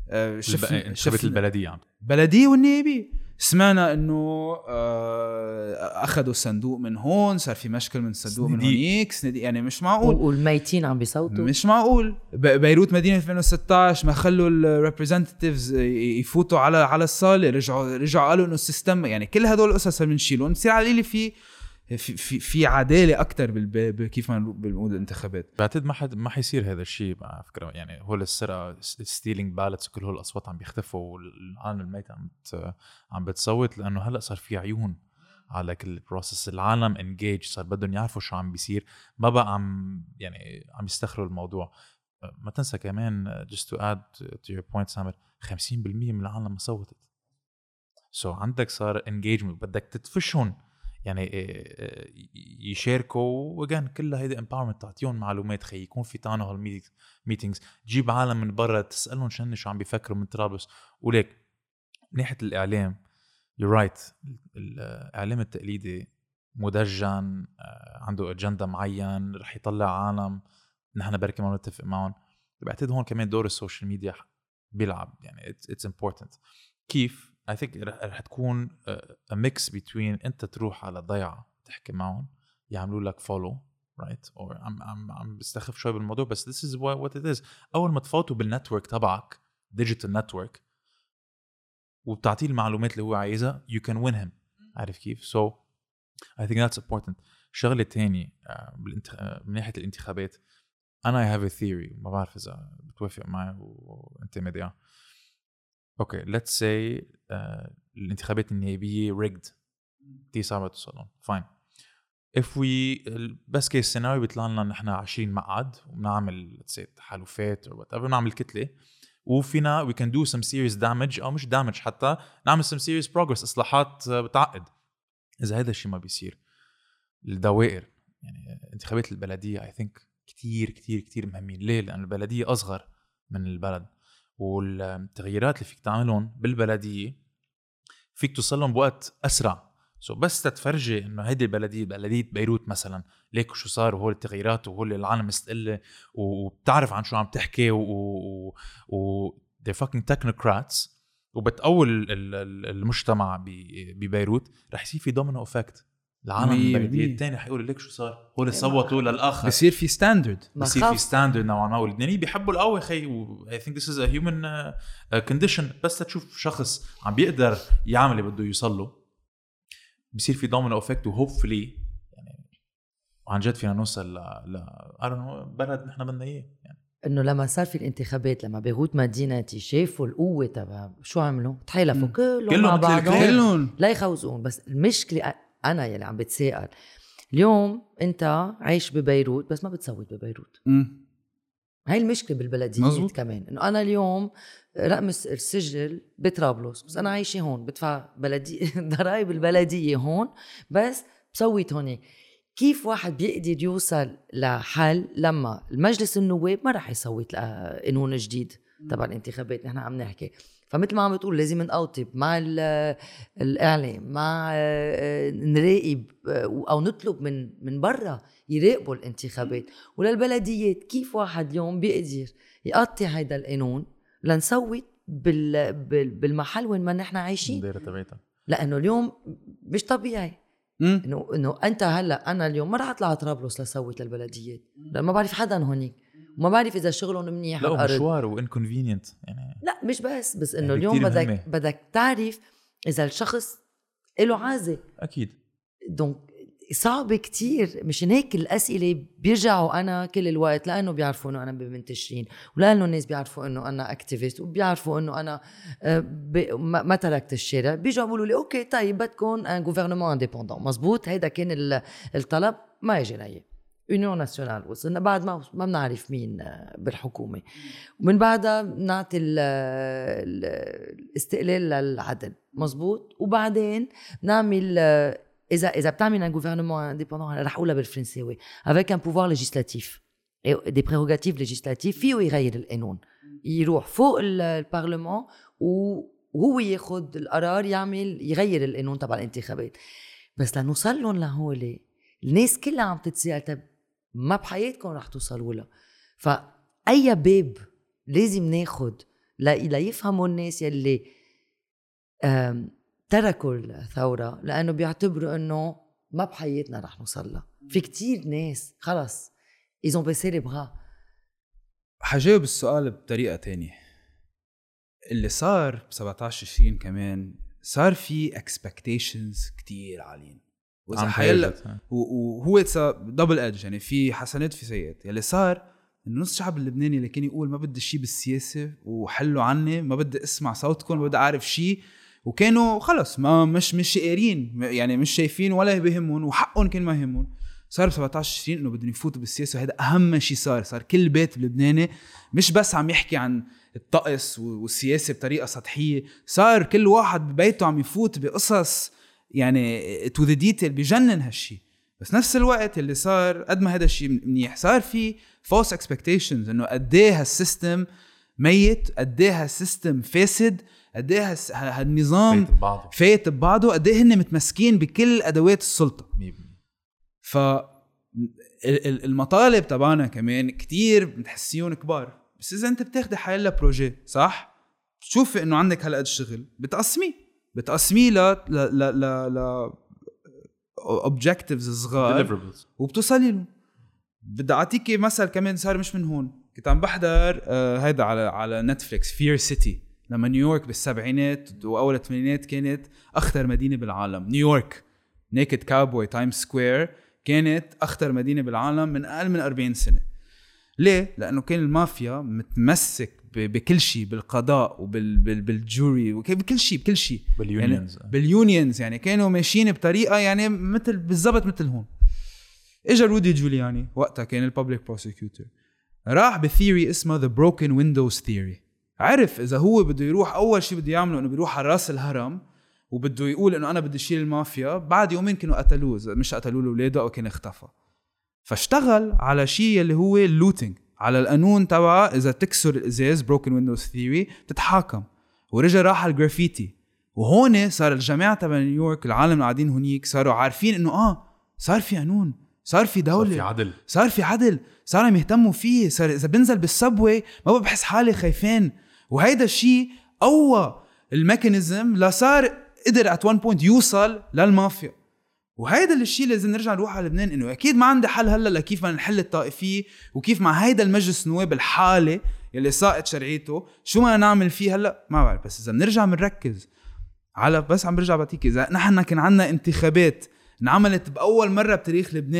شفت البلدية
بلدية والنيابي سمعنا انه اخذوا الصندوق من هون صار في مشكل من الصندوق من هونيك يعني مش معقول
والميتين عم بيصوتوا
مش معقول. بيروت مدينة 2016 ما خلوا الريبريزنتيفز يفوتوا على الصالة رجعوا قالوا انه السيستم يعني كل هدول القصص بنشيلهم بصير على اللي في عدالة أكتر كيف ما بنقول الانتخابات.
بعتقد ما حيصير هذا الشيء على فكرة يعني هو السرقة ستيلينج بالتس وكل هول الأصوات عم بيختفوا والعالم الميت عم بتصوت لأنه هلأ صار في عيون على كل البروسس. العالم انجيج صار بدهم يعرفوا شو عم بيصير ما بقى عم يستخروا الموضوع. ما تنسى كمان just to add to your point سامر 50% من العالم ما صوتت عندك صار engagement بدك تدفشهم يعني يشاركوا وكان كل هيدا empowerment تعطيهم معلومات خي يكون في تاون هول ميتينجز تجيب عالم من برا تسألهم شو عم بيفكروا من طرابلس. وليك من ناحية الإعلام you're right الإعلام التقليدي مدجن عنده أجندة معين رح يطلع عالم نحن بركي ما نتفق معهم. بعتقد هون كمان دور السوشيال ميديا بيلعب يعني it's important. كيف I think رح تكون a mix between أنت تروح على ضيعة تحكي معهم يعملوا لك follow right or عم بستخف شوي بالموضوع بس this is what it is. أول ما تفوتوا بالنتورك تبعك digital network وبتعطيه المعلومات اللي هو عايزها you can win him. عارف كيف؟ so I think that's important. شغلة تاني من ناحية الانتخابات أنا I have a theory ما بعرف إذا بتوافق معي وأنت مديا. Okay, let's say الانتخابات النيابية rigged دي صعبة توصلون fine. If we best case scenario بيطلع لنا نحن 20 مقعد وبنعمل let's say تحالفات or whatever بنعمل كتلة وفينا we can do some serious damage أو مش damage حتى نعمل some serious progress إصلاحات بتعقد. إذا هذا الشيء ما بيصير الدوائر يعني انتخابات البلدية I think كتير كتير كتير مهمين. ليه؟ لأن البلدية أصغر من البلد والتغييرات اللي فيك تعملهم بالبلدية فيك توصلهم بوقت أسرع. بس تتفرجي إنه هيدي بلدية بيروت مثلا ليك شو صار وهول التغييرات وهول العالم مستقلة وبتعرف عن شو عم تحكي و they're fucking technocrats وبتقول المجتمع ببيروت رح يصير في دومينو إفكت. العالم البلدية التاني حيقول لك شو صار هول صوتوا للآخر
بصير في ستاندرد
نوعا ما. واللبنانيين بيحبوا القوة خي I think this is a human condition. بس تشوف شخص عم بيقدر يعمل اللي بده يوصله بيصير في دومينو افكت وهوبفلي يعني وعن جد فينا نوصل بلد نحن بدنا اياه يعني.
انه لما صار في الانتخابات، لما بيروت مدينتي شافوا القوه تبع شو عملوا؟ تحالفوا كلهم مع بعضهم لا يخوزون. بس المشكله انا يلي عم بتساءل اليوم، انت عايش ببيروت بس ما بتصوت ببيروت. هاي المشكله بالبلديات كمان، انه انا اليوم رقم السجل بطرابلس بس انا عايشه هون، بدفع ضرائب البلديه هون بس بصوت هونيك. كيف واحد بيقدر يوصل لحل لما المجلس النواب ما رح يصوت لقانون جديد تبع الانتخابات؟ نحن عم نحكي، فمثل ما عم بتقول لازم نقاطب مع الإعلام، مع نراقب أو نطلب من برا يراقبوا الانتخابات. وللبلديات كيف واحد اليوم بيقدر يقطع هيدا القانون لنصوت بالمحل وين ما نحن عايشين؟ لأنه اليوم مش طبيعي انه انت هلا انا اليوم ما رح اطلع طرابلس لصوت للبلديات لأن ما بعرف حدا هونيك وما بعرف اذا شغلهم منيح
لا مشوار وانكونفينينت يعني.
لا مش بس انه اليوم بدك تعرف اذا الشخص له عازه اكيد. دونك صعب كتير. مشان هيك الاسئله بيرجعوا انا كل الوقت، لانه بيعرفوا انه انا بمنتشرين، ولانه الناس بيعرفوا انه انا اكتيفيست، وبيعرفوا انه انا ما تركت الشارع، بيجوا بيقولوا لي اوكي طيب بدكم ان غوفرنمون انديبوندون. مزبوط، هيدا كان الطلب. ما اجى لي يونيون ناسيونال، وصلنا بعد ما بنعرف مين بالحكومه، ومن بعدها نعطي الاستقلال للعدل. مزبوط، وبعدين نعمل إذا بتعمل un gouvernement indépendant رح أقولها بالفرنساوي avec un pouvoir législatif et des prérogatives législatives، فيه يغير القانون، يروح فوق البرلمان وهو ياخد القرار يغير القانون تبع الانتخابات. بس لنوصل لهم لهولي الناس كلها عم تتساءل طب ما بحياتكم رح توصلوا له. فأي باب لازم ناخد ليفهموا الناس يلي تركوا الثورة لأنه بيعتبروا أنه ما بحياتنا رح نوصل لها. في كتير ناس خلص ils ont baissé les bras.
حجاوب السؤال بطريقة تانية. اللي صار ب17-20 كمان صار في expectations كتير عاليين، وإذا حيلا وهو دبل إدج، يعني في حسنات في سيئات. يلي صار إنه نص الشعب اللبناني اللي كان يقول ما بدي شي بالسياسة وحلوا عني، ما بدي اسمع صوتكم، ما بدي أعرف شي، وكانوا خلص ما مش قارين، يعني مش شايفين ولا بيهمون، وحقهم كان ما يهمون. صار ب17-20 انه بدهم يفوتوا بالسياسه، وهذا اهم شيء صار كل بيت بلبناني مش بس عم يحكي عن الطقس والسياسه بطريقه سطحيه، صار كل واحد ببيته عم يفوت بقصص يعني تو ذا ديتيل. بجنن هالشيء. بس نفس الوقت اللي صار قد ما هذا الشيء منيح، صار في false expectations انه قد ايه هالسيستم ميت، قد ايه هالسيستم فاسد، قد ايه هالنظام فايت ببعضه، قد ايه هن متمسكين بكل ادوات السلطه. فالمطالب تبعنا كمان كتير بتحسيون كبار، بس اذا انت بتاخدي حيلا بروجي صح، تشوفي انه عندك هالقد شغل، بتقسميه ل objectives صغار وبتوصلي له. بدي اعطيكي مثل كمان صار مش من هون. كنت عم بحضر هيدا على نتفليكس فير سيتي، لما نيويورك بالسبعينات واول الثمانينات كانت اخطر مدينه بالعالم. نيويورك نيكد كاوبوي تايم سكوير كانت اخطر مدينه بالعالم من اقل من 40 سنه. ليه؟ لانه كان المافيا متمسك بكل شيء، بالقضاء وبالجوري وبكل شيء باليونيونز يعني كانوا ماشيين بطريقه يعني مثل بالضبط مثل هون. اجا رودي جولياني وقتها كان البابليك بروسيكيوتور، راح بثيوري اسمها The Broken Windows Theory. عرف إذا هو بده يروح أول شيء بده يعمله إنه بيروح على راس الهرم وبده يقول إنه أنا بدي شيل المافيا، بعد يومين كانوا قتلوه، مش قتلوا له ولاده أو كان اختفى. فاشتغل على شيء اللي هو اللوتينج، على القانون تبعه إذا تكسر الإزاز Broken Windows Theory تتحاكم. ورجع راح على الجرافيتي، وهون صار الجماعة تبع نيويورك العالم القاعدين هنيك صاروا عارفين إنه صار في قانون، صار في دولة، صار في عدل، صاروا يهتموا فيه. صار إذا بنزل بالسبوي ما بحس حالي خايفين. وهيدا الشيء قوى الميكانيزم لصار قدر at one point يوصل للمافيا. وهيدا الشيء لازم نرجع نروح على لبنان، إنه أكيد ما عندي حل هلا لكيف ما نحل الطائفية، وكيف مع هيدا المجلس النواب الحالي يلي ساقط شرعيته شو ما نعمل فيه هلا ما بعرف. بس إذا بنرجع بنركز على بس عم برجع بعطيك، إذا نحن كان عنا انتخابات انعملت بأول مرة بتاريخ لبنان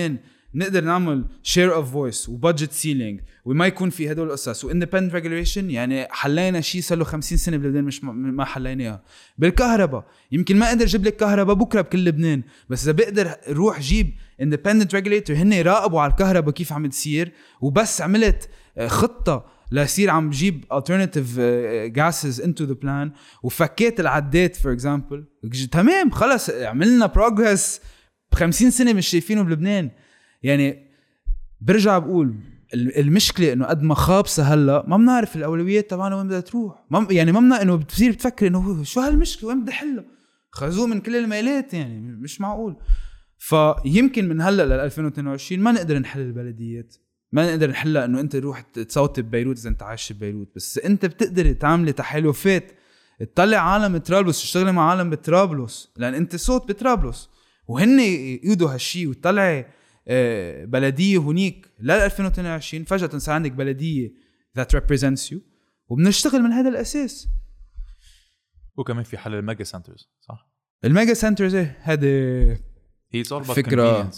نقدر نعمل share of voice وبادجت سيلينج وما يكون في هدول القصص واندبندنت ريجوليشن، يعني حلينا شيء صار له 50 سنه بلبنان مش ما حليناها. بالكهرباء يمكن ما اقدر اجيب لك كهرباء بكره بكل لبنان، بس اذا بقدر روح جيب اندبندنت ريجوليتور هن يراقبوا على الكهرباء كيف عم تصير، وبس عملت خطه ليصير عم بجيب alternative gases into the plan وفكيت العدات for example، تمام خلص عملنا progress ب50 سنة مش شايفينه بلبنان. يعني برجع بقول المشكلة انه قد ما خابصة هلا ما بنعرف الاولويات تبعنا وين بدها تروح، يعني ما بنا انه بتصير بتفكر انه شو هالمشكلة وين بدي حلها، خذوه من كل الميلات، يعني مش معقول. فيمكن من هلا لل 2022 ما نقدر نحل البلديات، ما نقدر نحلها انه انت تروح تصوت ببيروت اذا انت عايش ببيروت، بس انت بتقدر تعمل تحالفات تطلع عالم طرابلس تشتغل مع عالم بطرابلس لان انت صوت بطرابلس، وهن يقودوا هالشي وتطلع بلديه هنيك لل 2022 فجأة صار عندك بلديه that represents you، وبنشتغل من هذا الاساس.
وكمان في حل الميجا سنترز، صح؟
الميجا سنترز هذا
هي صار
فكرة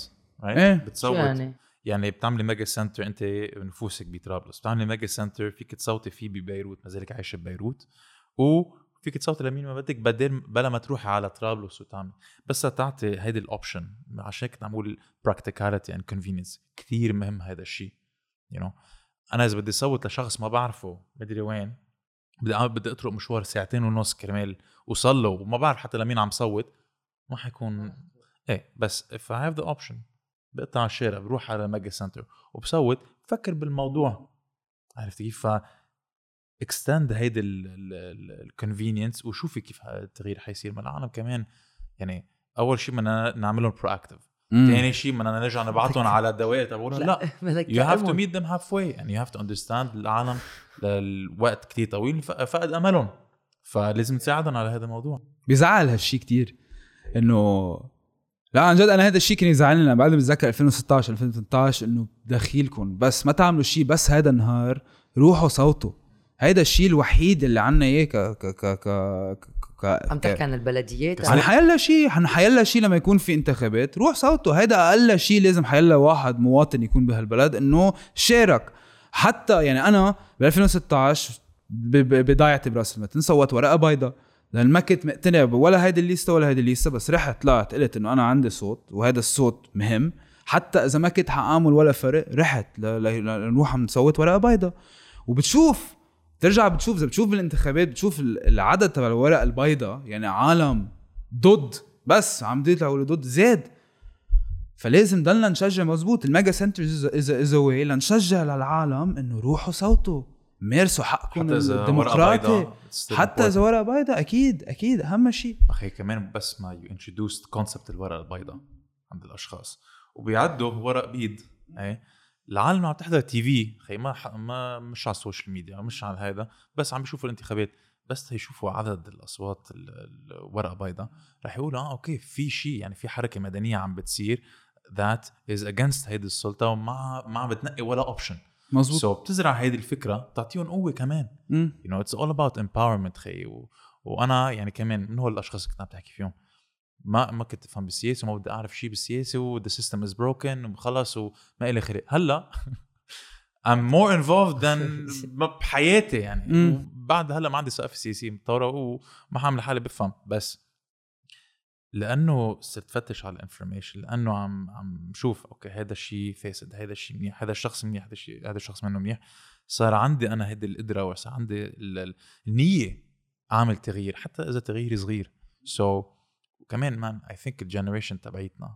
بتصوت يعني بتعملي ميجا سنتر انت نفوسك بطرابلس، بتعملي ميجا سنتر فيك تصوتي فيه ببيروت ما زالك عايشه ببيروت، وفيك تصوتي لمين ما بدك بدل بلا ما تروحي على طرابلس وتعمل، بس تعطي هيدي الاوبشن. عشان كنت عم بقول practicality and convenience كثير مهم هذا الشيء. انا اذا بدي صوت لشخص ما بعرفه مدري وين، بدي اطرق مشوار 2.5 ساعات كرمال وصل له وما بعرف حتى لمين عم صوت، ما حيكون بس if I have the option بقطع الشارع بروح على ميجا سنتر وبصوت، بفكر بالموضوع، عرفت كيف؟ extend هيدا الconvenience وشوفي كيف التغيير حيصير. من العالم كمان يعني أول شيء بدنا نعملهم proactive، ثاني شيء بدنا نرجع نبعثهم على الدوائر تبعونا. لا you have to meet them halfway and you have to understand العالم للوقت كتير طويل فقد أملهم، فلازم تساعدهم على هذا الموضوع.
بيزعل هالشي كتير انه لا عن جد انا هذا الشيء كان يزعلني. انا بعد بتذكر 2016 2018 انه دخيلكم بس ما تعملوا شيء، بس هذا النهار روحوا صوتوا. هذا الشيء الوحيد اللي عنا اياه
عم تحكي عن البلديات.
يعني حيلا شيء لما يكون في انتخابات روح صوتوا. هذا اقل شيء لازم حيلا واحد مواطن يكون بهالبلد انه شارك. حتى يعني انا ب 2016 بضايعتي براس المتن صوت ورقه بيضاء لأن ما كنت مقتنع ولا هيدي الليستة ولا هيدي الليستة، بس رحت طلعت قلت إنه أنا عندي صوت وهذا الصوت مهم، حتى إذا ما كنت حأعمل ولا فرق رحت نروح نصوت ورقة بيضاء. وبتشوف ترجع بتشوف إذا بتشوف بالانتخابات بتشوف العدد تبع الورقة البيضاء، يعني عالم ضد بس عم يطلعوا ضد زاد. فلازم ضلنا نشجع مزبوط الميجا سنترز إذا وين لنشجع للعالم إنه روحوا صوتوا مارسوا حقكم الديمقراطي، حتى إذا ورقة بيضاء. أكيد أهم شيء
أخي كمان بس ما you introduced concept الورقة البيضاء عند الأشخاص وبيعدوا ورق بيض. العالم عم تحضر تي في خي ما مش على السوشيال ميديا مش على هذا، بس عم بيشوفوا الانتخابات بس هيشوفوا عدد الأصوات الورقة بيضاء رح يقولوا أوكي في شيء، يعني في حركة مدنية عم بتصير that is against هيدي السلطة وما بتنقي ولا option.
مظبوط.
so بتزرع هيدي الفكرة تعطيهم قوة كمان. you know it's all about empowerment خي. وأنا يعني كمان من هو الأشخاص اللي كنت عم تحكي فيهم ما كنت أفهم بالسياسة وما بدي أعرف شيء بالسياسة و the system is broken وخلص وما إلي خير. هلا I'm more involved than بحياتي يعني. وبعد هلا ما عندي ثقافة سياسية متطورة وما حامل حالي بفهم، بس لأنه صرت فتش على الانفورميشن، لأنه عم شوف أوكي هذا الشيء فاسد، هذا الشيء منيح، هذا الشخص منيح، هذا الشخص منه منيح. صار عندي أنا هذه القدرة وصار عندي النية أعمل تغيير حتى إذا تغيير صغير. وكمان مان I think الجنريشن تبعيتنا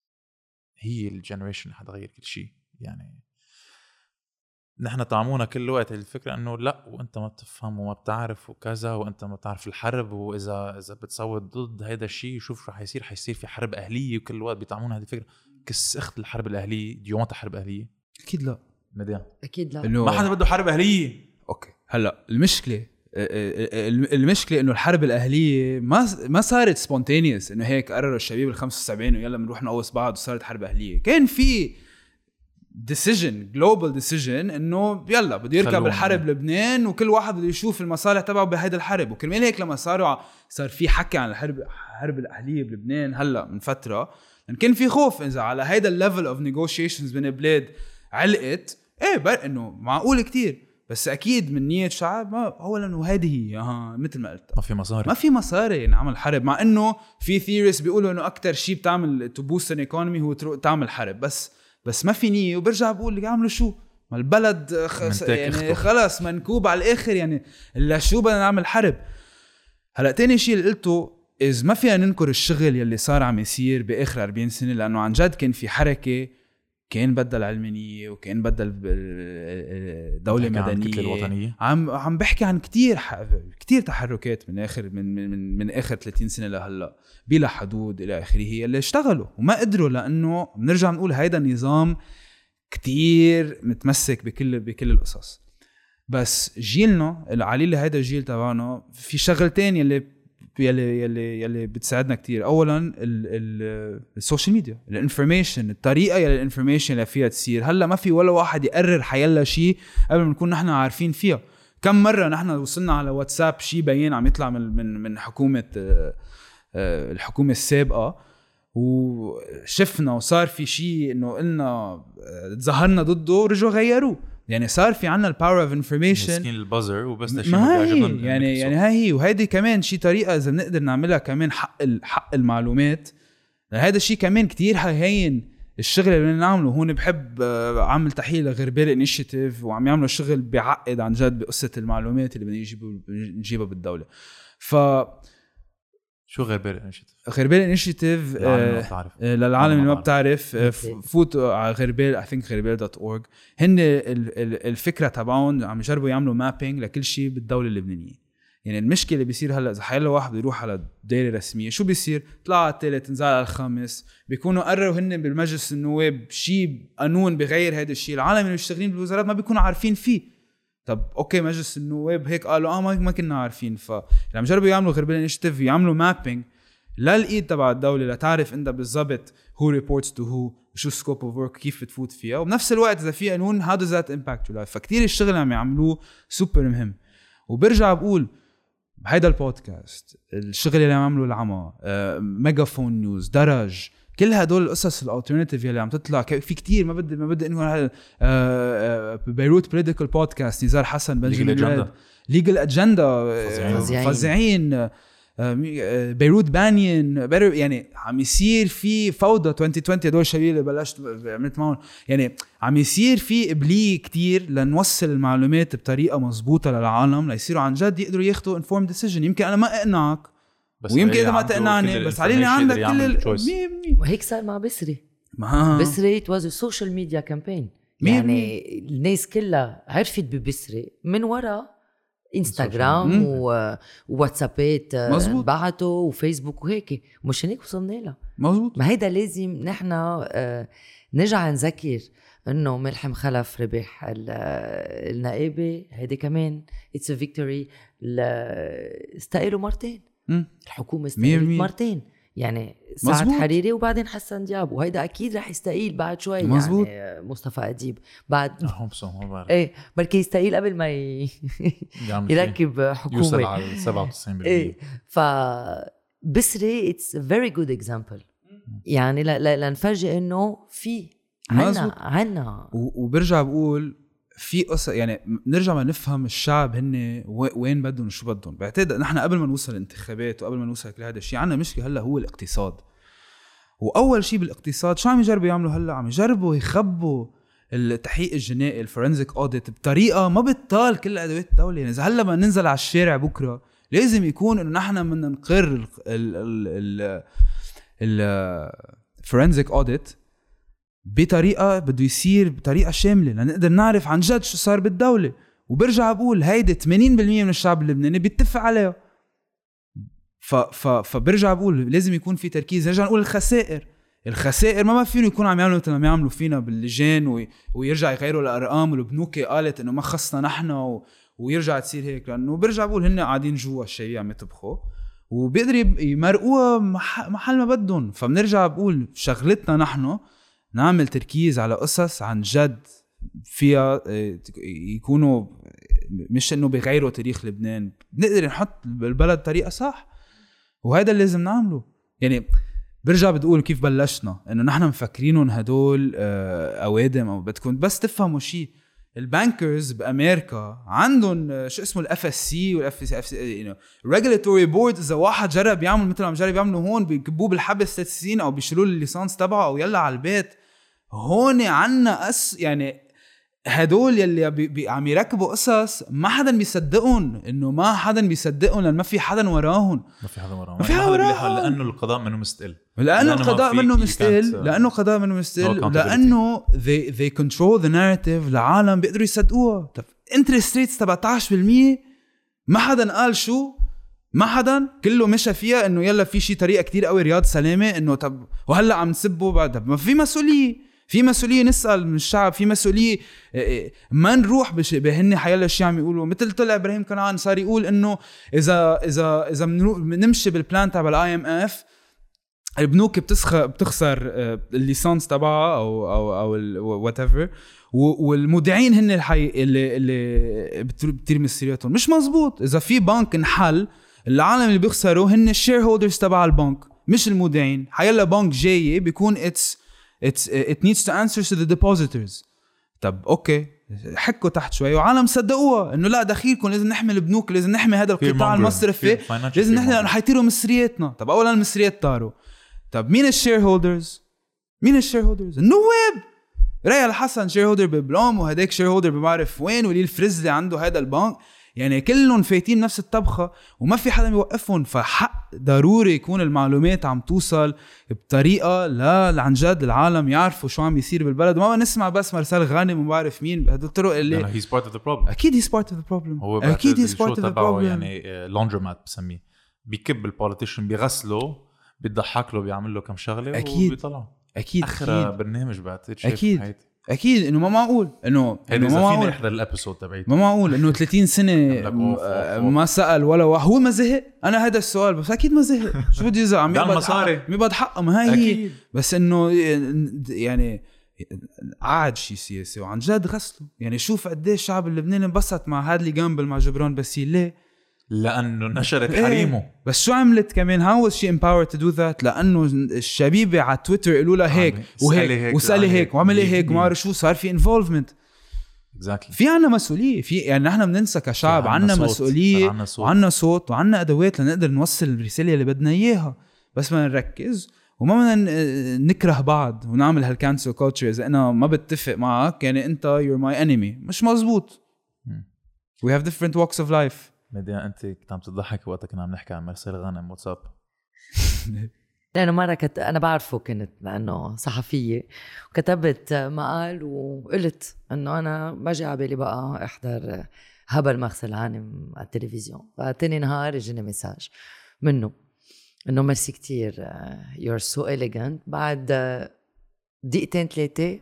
هي الجنريشن اللي حتغير كل شيء. يعني نحن طعمونا كل وقت الفكرة انه لا وانت ما بتفهم وما بتعرف وكذا وانت ما بتعرف الحرب، واذا بتصوت ضد هذا الشيء شوف رح يصير في حرب اهلية، وكل وقت بيطعمونا هذه الفكرة. كس اخت الحرب الاهلية ديوانتا حرب اهلية؟ اكيد لا مديان، اكيد لا، ما حدا بده حرب اهلية.
اوكي هلا المشكلة انه الحرب الاهلية ما صارت سبونتينيوس انه هيك قرروا الشباب ال 75 ويلا بنروح نقوص بعض وصارت حرب اهلية. كان في decision global decision انه يلا بده يركب الحرب لبنان وكل واحد بده يشوف المصالح تبعه بهيدا الحرب. وكرمال هيك لما صار في حكي عن الحرب الاهليه بلبنان هلا من فتره يعني كان في خوف اذا على هيدا الليفل اوف نيغوشيشنز بين بلاد علقت ايه انه معقول كتير، بس اكيد من نيه شعب ما اولا انه هذه مثل ما قلت ما في مصاري نعمل حرب، مع انه في ثيوريس بيقولوا انه اكتر شيء بتعمل تو بوست ان ايكونومي هو تعمل حرب، بس ما في نيه. وبرجع بقول اللي يعملوا شو ما البلد يعني خلاص منكوب على الاخر، يعني الا شو بدنا نعمل حرب. هلا تاني شيء اللي قلته إذ ما فينا ننكر الشغل يلي صار عم يصير باخر 40 سنه، لانه عن جد كان في حركه، كان بدل العلمانية وكان بدل دولة مدنية. عم بحكي عن كتير تحركات من آخر من آخر 30 سنة لهلا بلا حدود إلى آخره اللي اشتغلوا وما قدروا، لأنه بنرجع نقول هيدا النظام كتير متمسك بكل القصص. بس جيلنا العليل اللي هيدا الجيل تبعنا في شغلتين يلي بتساعدنا كتير. اولا السوشيال ميديا، الانفورميشن، الطريقه يلي الانفورميشن اللي فيها تصير. هلا ما في ولا واحد يقرر حيلا شيء قبل ما نكون نحن عارفين فيها. كم مره نحن وصلنا على واتساب شيء بيان عم يطلع من حكومه الحكومه السابقه وشفنا وصار في شيء انه قلنا تظاهرنا ضده ورجعوا غيروه. يعني صار في عنا الباور اوف انفورميشن،
مسكين البازر وبس
ما هي يعني هاي وهيدي كمان شيء طريقه اذا بنقدر نعملها كمان حق المعلومات. هذا الشيء كمان كتير هين الشغل اللي بنعمله هون. بحب عامل تحيه لغربال انيشيتيف وعم يعملوا شغل بيعقد عن جد بقصه المعلومات اللي بدنا نجيبها بالدوله.
شو غربال انيشيتيف؟
غربال انيشيتيف للعالم اللي ما بتعرف فوتوا على غربال غربال.org. هن الفكره تبعهم عم يجربوا يعملوا مابينج لكل شيء بالدوله اللبنانيه. يعني المشكله اللي بيصير هلا اذا حيلا واحد بيروح على دائره رسميه شو بيصير؟ طلع على الثالث نزل على الخامس، بيكونوا قرروا هن بالمجلس النواب شيء قانون بغير هذا الشيء. العالم اللي بيشتغلين بالوزارات ما بيكونوا عارفين فيه. طب اوكي مجلس النواب هيك قالوا ما كنا عارفين. فلما جربوا يعملوا غربال انيشيتيف يعملوا مابينج للايد تبع الدوله لتعرف انت بالضبط who reports to who وشو scope of work كيف بتفوت فيها، وبنفس الوقت اذا في قانون how does that impact your life. فكتير الشغل عم يعملوه سوبر مهم. وبرجع بقول بهيدا البودكاست الشغل اللي عم يعملوا العمى ميجافون نيوز درج كل هدول القصص الالترناتيف اللي عم تطلع في كتير. ما بدي انه بيروت بوليتيكال بودكاست نزار حسن بنجامين ليجل اجندا فظيعين بيروت بانيين يعني عم يصير في فوضى 2020. هدول الشباب اللي بلشت عملت معهم يعني عم يصير في قبلي كتير لنوصل المعلومات بطريقه مزبوطه للعالم ليصيروا عن جد يقدروا ياخذوا informed decision. يمكن انا ما اقنعك ويمكن اذا ما تقنعني بس عليني عندك كل
وهيك صار مع بسري. بسري it was a social media campaign. يعني الناس كلها عرفت ببسري من وراء انستغرام وواتسابات بعتوا وفيسبوك وهيك. مش هيك وصلنا لها.
مزبوط.
ما هيدا لازم نحن نرجع نذكر انه ملحم خلف ربح النائبة. هيدي كمان it's a victory. استقالوا مرتين. الحكومة استقالت مرتين. يعني سعد حريري وبعدين حسن دياب وهيدا اكيد رح يستقيل بعد شوي.
مزبوط.
يعني مصطفى أديب بعد ايه بركي يستقيل قبل ما يركب حكومة
يوصل على 97%.
ايه فبسري it's a very good example. يعني لنفرجي انه في عنا
وبرجع بقول في قصة. يعني نرجع ما نفهم الشعب هن وين بدهم وشو بدهم. بعتقد نحن قبل ما نوصل الانتخابات وقبل ما نوصل لكل هذا الشيء عنا مشكلة هلا هو الاقتصاد. واول شيء بالاقتصاد شو عم يجربوا يعملوا هلا؟ عم يجربوا يخبوا التحقيق الجنائي الفورنزيك اوديت بطريقه ما بتطال كل ادوات الدوله. يعني اذا هلا ما ننزل على الشارع بكره لازم يكون انه نحن بدنا نقر الفورنزيك اوديت بطريقه بده يصير بطريقه شامله لنقدر نعرف عن جد شو صار بالدوله. وبرجع بقول هيدي 80% من الشعب اللبناني بيتفق عليها. فبرجع بقول لازم يكون في تركيز. نرجع نقول الخسائر ما فيهم يكون عم يعملوا مثل ما يعملوا فينا باللجان ويرجع يغيروا الارقام والبنوك قالت انه ما خصنا نحن ويرجع تصير هيك. لانه برجع بقول هن قاعدين جوا الشيء عم يطبخوا وبيقدروا يمرقوها محل ما بدهم. فبنرجع بقول شغلتنا نحن نعمل تركيز على قصص عن جد فيها يكونوا مش انه بيغيروا تاريخ لبنان. بنقدر نحط بالبلد طريقة صح وهذا اللي لازم نعمله. يعني برجع بتقول كيف بلشنا انه نحن مفكرينهم هدول اوادم او بدكم بس تفهموا شيء. البانكرز بامريكا عندهم شو اسمه الاف اس سي والاف سي ريجولاتوري بورد. اذا واحد جرب يعمل مثل ما جرب يعملوا هون بيكبوه بالحبس 3 سنين او بيشيلوا الليسانس تبعه او يلا على البيت. هون عنا يعني هدول يلي عم يركبوا قصص ما حدا بيصدقهم، انه ما حدا بيصدقهم لان ما في حدا وراهم.
ما في حدا وراهم.
ما في حدا وراهم
لانه القضاء منه مستقل.
لانه القضاء منه مستقل لانه they control the narrative. لعالم بيقدروا يصدقوها. طب interest rates تبع 13% ما حدا قال شو، ما حدا، كله مشى فيها انه يلا في شي طريقه كتير قوي رياض سلامه انه طب وهلا عم نسبه بعد. ما في مسؤوليه نسال من الشعب، في مسؤوليه ما نروح بهن حيلا شيء عم يقولوا. مثل طلع ابراهيم كنعان صار يقول انه اذا بنمشي بالبلان تبع الاي ام اف البنوك بتخسر الليسانس تبعها او وات ايفر، والمودعين هن اللي بترمي مسيرتهم. مش مزبوط. اذا في بنك انحل العالم اللي بيخسروا هن الشير هولدرز تبع البنك مش المودعين. حيلا بنك جاي بيكون it needs to answer to the depositors. طب اوكي حكوا تحت شوي وعالم صدقوها انه لا دخيلكم لازم نحمي البنوك، لازم نحمي هذا القطاع المصرفي، لازم نحمي لانه حيطيروا مصرياتنا. طب اولا المصريات طاروا. طب مين الشير هولدرز؟ النواب. ريال الحسن شير هولدر ببلوم، وهداك شير هولدر بمعرف وين، ولي الفرزلي عنده هذا البنك. يعني كلهم فايتين نفس الطبخة وما في حدا يوقفهم. فحق ضروري يكون المعلومات عم توصل بطريقة لا عن جد العالم يعرفوا شو عم يصير بالبلد، وما نسمع بس مرسال غانم وما بعرف مين بهدول الطرق اللي
he's part of the problem.
أكيد he's part of the problem.
هو
أكيد he's part of the problem.
يعني laundromat بسميه، بيكب البوليتيشن بيغسله بيضحك له بيعمل له كم شغلة وبيطلع.
أكيد
آخر برنامج بعتقد
أكيد أكيد إنه ما معقول إنه
ما معقول يحضر الابيسود تبعيته.
ما معقول إنه 30 سنة ما سأل ولا واحد. هو ما زهق؟ أنا هذا السؤال بس أكيد ما زهق. شو بدي يزعل؟ مي بد حقه. ما هي بس إنه يعني عاد شيء سياسي وعن جد غسله. يعني شوف قديش الشعب اللبناني انبسط مع هادلي جامبل مع جبران باسيل. ليه؟ لأنه نشرت حريمه. بس شو عملت كمان؟ how was she empowered to do that؟ لأنه الشبيبة على تويتر قالوا لها هيك وهيك وسألي هيك وعملي هيك وما عارف شو. صار في involvement. في عنا مسؤولية. في يعني نحن بننسى كشعب عنا مسؤولية وعنا صوت وعنا أدوات لنقدر نوصل الرسالة اللي بدنا إياها. بس ما نركز وما بدنا نكره بعض ونعمل هالكانسل كولتشر. إذا أنا ما بتفق معك يعني أنت you're my enemy. مش مزبوط. we have different walks of life.
مديا أنت كنت عم تضحك وقتها كنا عم نحكي عن مرسال غانم واتساب.
لأنه مرة أنا بعرفه كنت لأنه صحفية وكتبت مقال وقلت أنه أنا ما جاء بالي بقى أحضر هبل مغسل غانم على التلفزيون. فتاني نهار جاني مساج منه أنه مرسي كتير you're so elegant. بعد دقيقتين 3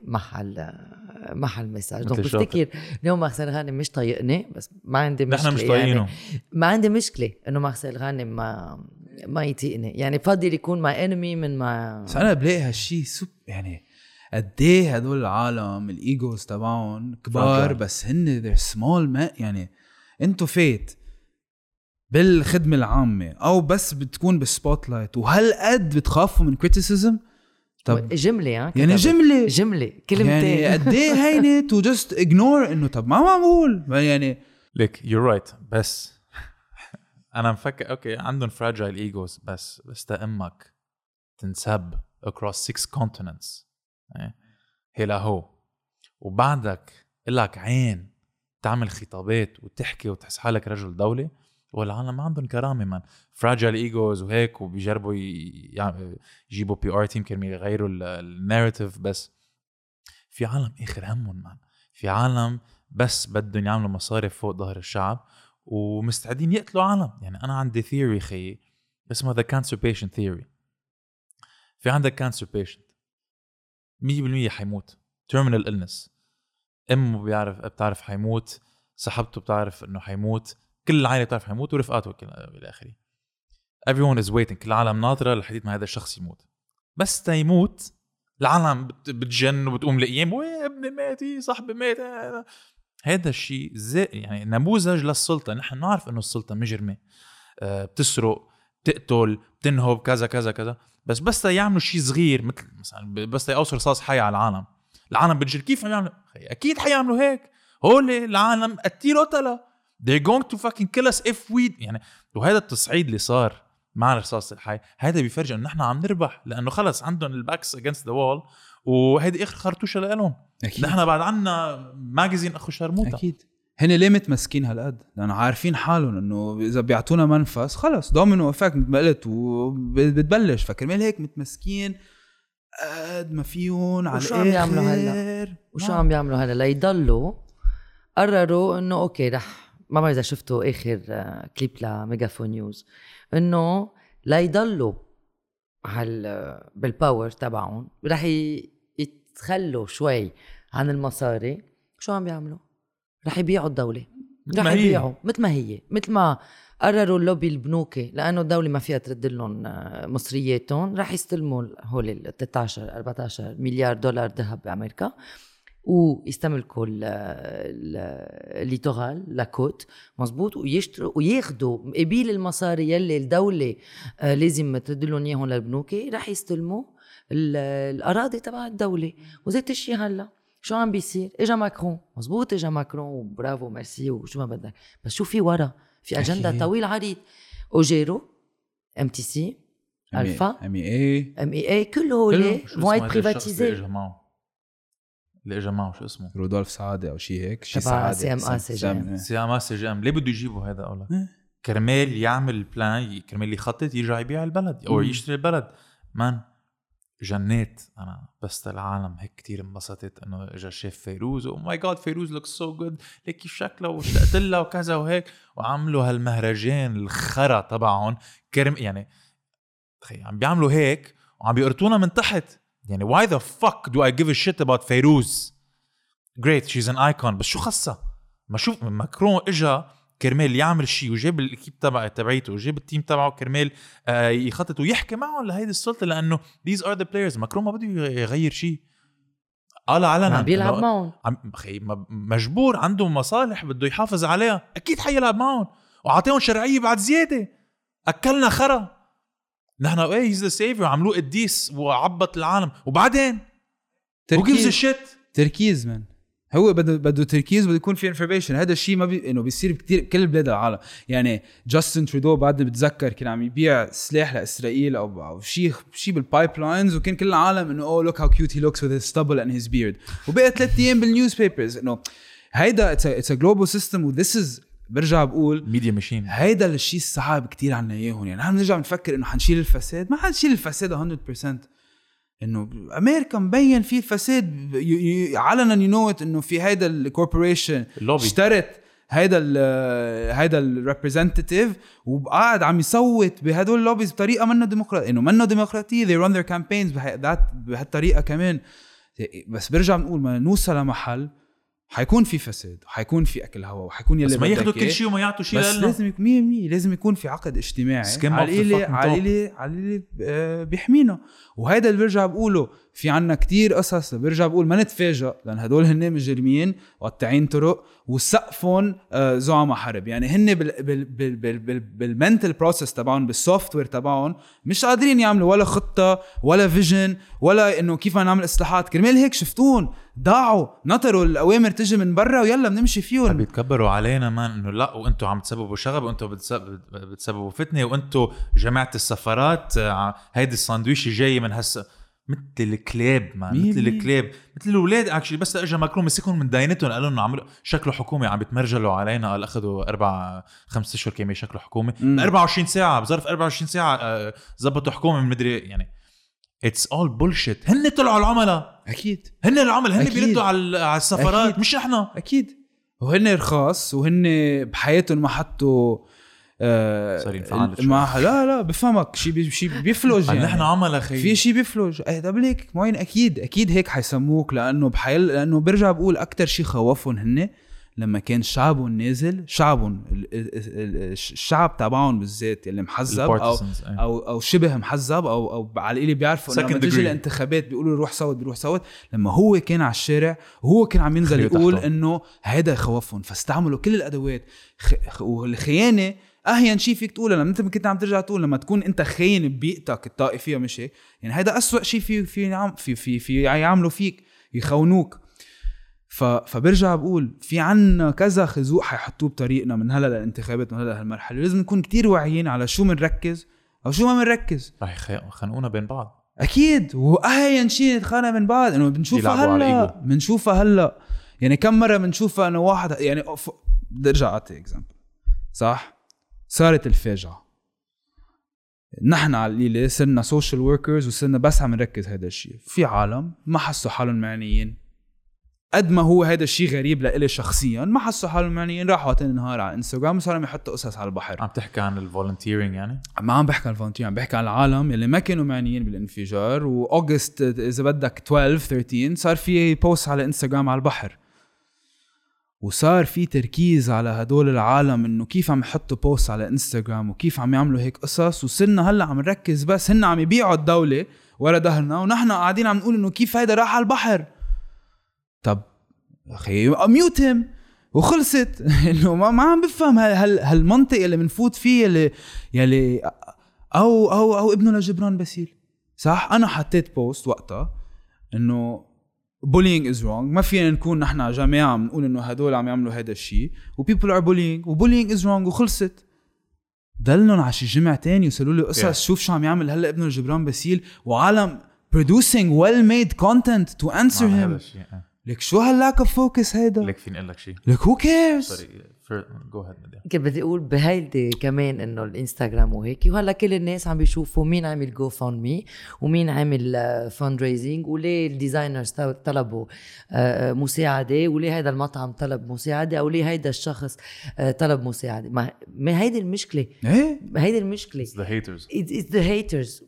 محل مساج. دونك بفتكر اليوم مغسل غانم مش طايقني. بس ما عندي مشكلة. نحن مش طايقينه. ما عندي مشكلة انه مغسل غانم ما يطيقني. يعني بفضل يكون ماي انمي من ما.
بس انا بلاقي هالشي يعني قديه هدول العالم الايجوز تبعهم كبار بس هن they're small. يعني انتو فات بالخدمة العامة او بس بتكون بالسبوت لايت وهالقد بتخافوا من criticism. طب
جملة
يعني
جملة كلمتين
يعني قد ايه هينه تو جاست اجنور انه طب ما معقول يعني
ليك يو رايت. بس انا مفكر اوكي عندهم فراجايل ايجوز بس تأمك تنسب across 6 continents هي لاهو وبعدك إلك عين تعمل خطابات وتحكي وتحس حالك رجل دولة. والعالم ما عندهم كرامة من فراجايل ايجوز وهيك وبيجربوا يجيبوا PR تيم كرمي يغيروا الناريتيف. بس في عالم آخر همهم من في عالم بس بدهم يعملوا مصاري فوق ظهر الشعب ومستعدين يقتلوا عالم. يعني أنا عندي ثيوري خيي اسمها the cancer patient theory. في عندك cancer patient 100% حيموت terminal illness. أمه بتعرف حيموت، صاحبته بتعرف إنه حيموت، كل العائلة بتعرف حيموت ورفقاته بالآخري. everyone is waiting. كل العالم ناطرة لحديث ما هذا الشخص يموت. بس تيموت العالم بتجن وبتقوم لقيام ابني مات صاحبي مات. هذا الشيء يعني نموذج للسلطة. نحن نعرف إنه السلطة مجرمة، بتسرق، بتقتل، بتنهب، كذا كذا كذا. بس يعملوا شيء صغير مثل مثلا بس يقوصوا رصاص حي على العالم بتجر كيف عم يعملوا اكيد حيعملوا هيك هول العالم قتيل قتله they're going to fucking kill us if we يعني. وهذا التصعيد اللي صار مع الرصاص الحي هذا بيفرج انه نحن عم نربح لانه خلص عندهم الباكس against the wall وهيدي اخر خرطوشه لهم. نحن بعد عنا ماجازين اخو شرموطه
اكيد هن ليه متمسكين هالقد لانه عارفين حالهم انه اذا بيعطونا منفس خلص دومينو افكت بقلت وبتبلش فكرمال هيك متمسكين قد ما فيهم على
وشو عم يعملوا هلا وشو عم يعملوا هلا ليضلوا قرروا انه اوكي رح ما بعرف اذا شفتوا اخر كليب لميجافون نيوز انه ليضلوا بالباور تبعهم رح يتخلوا شوي عن المصاري. شو عم بيعملوا؟ رح يبيعوا الدولة رح يبيعوا مثل ما قرروا اللوبي البنوكي لأنه الدولة ما فيها ترد لهم مصرياتهم رح يستلموا هول 13-14 مليار دولار ذهب بأمريكا ويستملكوا الليتورال لاكوت مزبوط ويشتروا وياخدوا قبيل المصاري يلي الدولة لازم ترد لهم اياهم للبنوكي رح يستلموا الأراضي تبع الدولة. وزيت الشيء هلا شو عم بيصير؟ اجا ماكرون مزبوط اجا ماكرون وبرافو ميرسي وشو ما بدك بس شو في ورا في اجندا طويل عريض اوجيرو MTC الفا MEA كله هول فويت بريفاتيزي
اللي اجى معه شو اسمه
رودولف سعادة او شيء هيك شيء سعادة
CMA ليه بده يجيبوا هذا اقول لك كرمال يعمل بلان كرمال يخطط يرجع يبيع البلد او يشتري البلد مان جنيت انا بس العالم هيك كتير انبسطت انه اجى شاف فيروز او ماي جاد فيروز لوك سو جود ليك كيف شكله واشتقت لها وكذا وهيك وعملوا هالمهرجان الخرا تبعهم يعني عم بيعملوا هيك وعم بيقرطونا من تحت يعني why the fuck do I give a shit about فيروز great she's an icon بس شو خصها ما شوف ماكرون اجى كرمال يعمل شيء وجاب الكيب تبعيته وجاب التيم تبعه كرمال يخطط ويحكي معهم لهيدي السلطة لأنه these are the players. ماكرون ما بده يغير شيء قال علنا
عم بيلعب معهم
مجبور عنده مصالح بده يحافظ عليها أكيد حيلعب معهم وعطيهم شرعية بعد زيادة أكلنا خرا نحن he's the savior وعملوه قديس وعبط العالم وبعدين
تركيز من هو بده تركيز بده يكون في انفورميشن هذا الشيء ما انه بيصير كتير بكل بلاد العالم يعني جاستن ترودو بعد بتذكر كان عم يبيع سلاح لاسرائيل او شيء بالبايب لاينز وكان كل العالم انه oh look how cute he looks with his stubble and his beard وبقى 3 ايام بالنيوز بيبرز انه هيدا it's a global system و this is برجع بقول
ميديا ماشين
هيدا الشيء الصعب كتير عنا اياهم يعني نحن نرجع نفكر انه حنشيل الفساد ما حنشيل الفساد 100% انه امريكا مبين فيه الفساد علنا ينوت انه في هيدا الكوربوريشن اشترت هيدا الريبريزنتيف وقاعد عم يصوت بهدول اللوبيز بطريقه منه ديمقراطيه انه منه ديمقراطيه they run their campaigns بهالطريقه كمان بس برجع بنقول ما نوصل لمحل حيكون في فساد وحيكون في اكل هوا وحيكون يلي
بس ما ياخذوا كل شيء وما يعطوا شيء
بس لازم 100% لازم يكون في عقد اجتماعي على اللي بيحمينا وهذا اللي برجع بقوله في عنا كتير قصص برجع بقول ما نتفاجئ لان هدول هن مجرمين وقطاعين طرق وسقفهم زعماء حرب يعني هن بالمنتل بروسيس تبعهم بالسوفت وير تبعهم مش قادرين يعملوا ولا خطه ولا فيجن ولا انه كيف نعمل اصلاحات كرمال هيك شفتون ضاعوا نطروا الاوامر تجي من برا ويلا بنمشي فيهم
بيتكبروا علينا مان انه لا وانتم عم تسببوا شغب وانتم بتسببوا فتنه وانتم جماعه السفارات هيدي الساندويش جاي من هسه مثل الكلاب مثل الكلاب مثل الاولاد اكشلي بس اجى ماكرون مسكهم من داينتهم قالوا انه عملوا شكله حكومه عم بيتمرجلوا علينا قال اخذوا 4-5 اشهر كمان شكله حكومه 24 ساعه بظرف 24 ساعه زبطوا حكومه من مدري يعني it's all bullshit هن طلعوا العملاء
اكيد
هن العمل هن بيردوا على السفارات أكيد. مش احنا
اكيد وهن رخاص وهن بحياتهم ما حطوا لا بفهمك شيء بيفلوج يعني
نحن عمل خي
في شيء بيفلوج دبليك معين اكيد هيك حيسموك لانه برجع بقول اكتر شيء خوفهم هن لما كان شعبهم نازل، شعبهم الشعب تبعهم بالذات اللي محزب او شبه محزب او على القليل بيعرفوا انه لما تيجي الانتخابات بيقولوا روح صوت. لما هو كان على الشارع وهو كان عم ينزل يقول انه هيدا يخوفهم، فاستعملوا كل الادوات. والخيانه اهين شيء فيك تقوله لما انت كنت عم ترجع تقول لما تكون انت خاين ببيئتك الطائفيه، مش هيك يعني؟ هيدا أسوأ شيء في يعملوا فيك، يخونوك. فبرجع بقول في عنا كذا خازوق حيحطوه بطريقنا من هلا للانتخابات، من هلا لهالمرحله. لازم نكون كتير واعيين على شو منركز او شو ما منركز.
رح يخنقونا بين بعض اكيد،
واهين شيء نتخانق من بعض انه بنشوفها هلا يعني كم مره بنشوفها انه واحد يعني بدي ارجع اعطي اكزامبل. صح، صارت الفاجعه، نحن على القليله صرنا سوشيال وركرز وصرنا بس عم نركز هذا الشيء. في عالم ما حسوا حالهم معنيين، قد ما هو هذا الشيء غريب لإلي شخصيا، ما حسوا حالهم معنيين، راحوا تاني نهار على انستغرام وصاروا يحطوا قصص على البحر.
عم تحكي عن الفولنتيرينج يعني؟
ما عم بحكي عن الفولنتيرينج، عم بحكي عن العالم اللي ما كانوا معنيين بالانفجار. واوغست اذا بدك 12-13 صار في بوست على انستغرام على البحر، وصار في تركيز على هدول العالم انه كيف عم يحطوا بوست على انستغرام وكيف عم يعملوا هيك قصص. وصرنا هلا عم نركز بس هن عم يبيعوا الدولة ورا ظهرنا، ونحن قاعدين عم نقول انه كيف هيدا راح على البحر. طب اخي اميوتهم وخلصت. انه ما عم بفهم هالمنطق اللي منفوت فيه يلي او ابنه لجبران باسيل. صح، انا حطيت بوست وقتها انه bullying is wrong، ما فينا نكون نحن جماعة عم نقول انه هدول عم يعملوا هذا الشيء و people are bullying is wrong وخلصت. ضلنا على شي جمعة تاني وصلوا لي قصص شوف شو عم يعمل هلا ابنه جبران باسيل، وعالم producing well made content to answer him. لك شو هاللاك اوف فوكس هيدا؟
لك فين اقول لك شيء،
لك who cares؟
جو هيد.
كيف بدي اقول بهيدي كمان انه الانستغرام وهيك، وهلا كل الناس عم بيشوفوا مين عامل جو فاند مي ومين عامل فاند ريزنج، وليه الديزاينرز طلبوا مساعده، وليه هيدا المطعم طلب مساعده، او ليه هيدا الشخص طلب مساعده. ما هيدي المشكله. هيدي المشكله. It's the haters.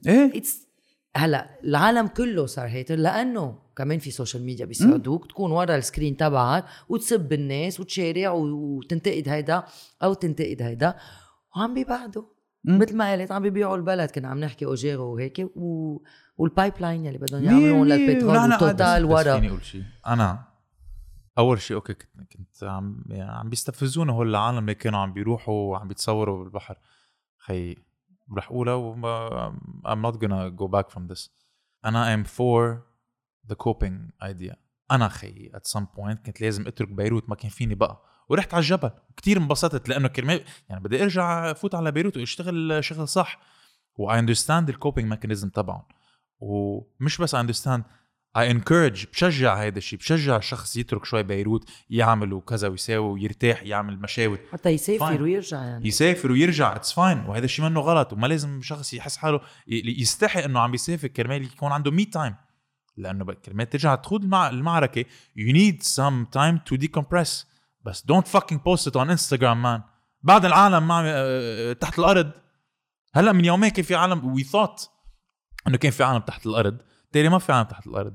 هلا العالم كله صار هيتر، لانه كمان في سوشيال ميديا بيساعدوك تكون ورا السكرين تبعك وتسب الناس وتشارع وتنتقد هيدا او تنتقد هيدا، وعم بيبعدوا مثل ما قلت عم بيبيعوا البلد. كنا عم نحكي اوجيرو وهيك والبايب لاين اللي بدهم يعملون للبترول وتوتال ورا.
فيني اقول شيء، انا اول شيء اوكي كنت عم بيستفزونا هول العالم اللي كانوا عم بيروحوا وعم بيتصوروا بالبحر. خي رح اقولها I'm not gonna go back from this. أنا I'm for the coping idea. أنا خي at some point كنت لازم أترك بيروت، ما كان فيني بقى، ورحت على الجبل كتير انبسطت لأنه كرمال يعني بدي أرجع أفوت على بيروت واشتغل شغل صح. و I understand the coping mechanism طبعا، ومش بس I understand I encourage، بشجع هيدا الشيء، بشجع الشخص يترك شوي بيروت يعمل وكذا ويساوي ويرتاح، يعمل مشاوي
حتى يسافر ويرجع، يعني
يسافر ويرجع it's fine. وهذا الشيء منه غلط، وما لازم شخص يحس حاله يستحي انه عم بيسافر كرمال يكون عنده me time، لانه كرمال ترجع تخوض المعركة you need some time to decompress. بس don't fucking post it on Instagram man. بعد العالم تحت الارض. هلا من يومين كان في عالم we thought انه كان في عالم تحت الارض، تاني ما في عالم تحت الارض.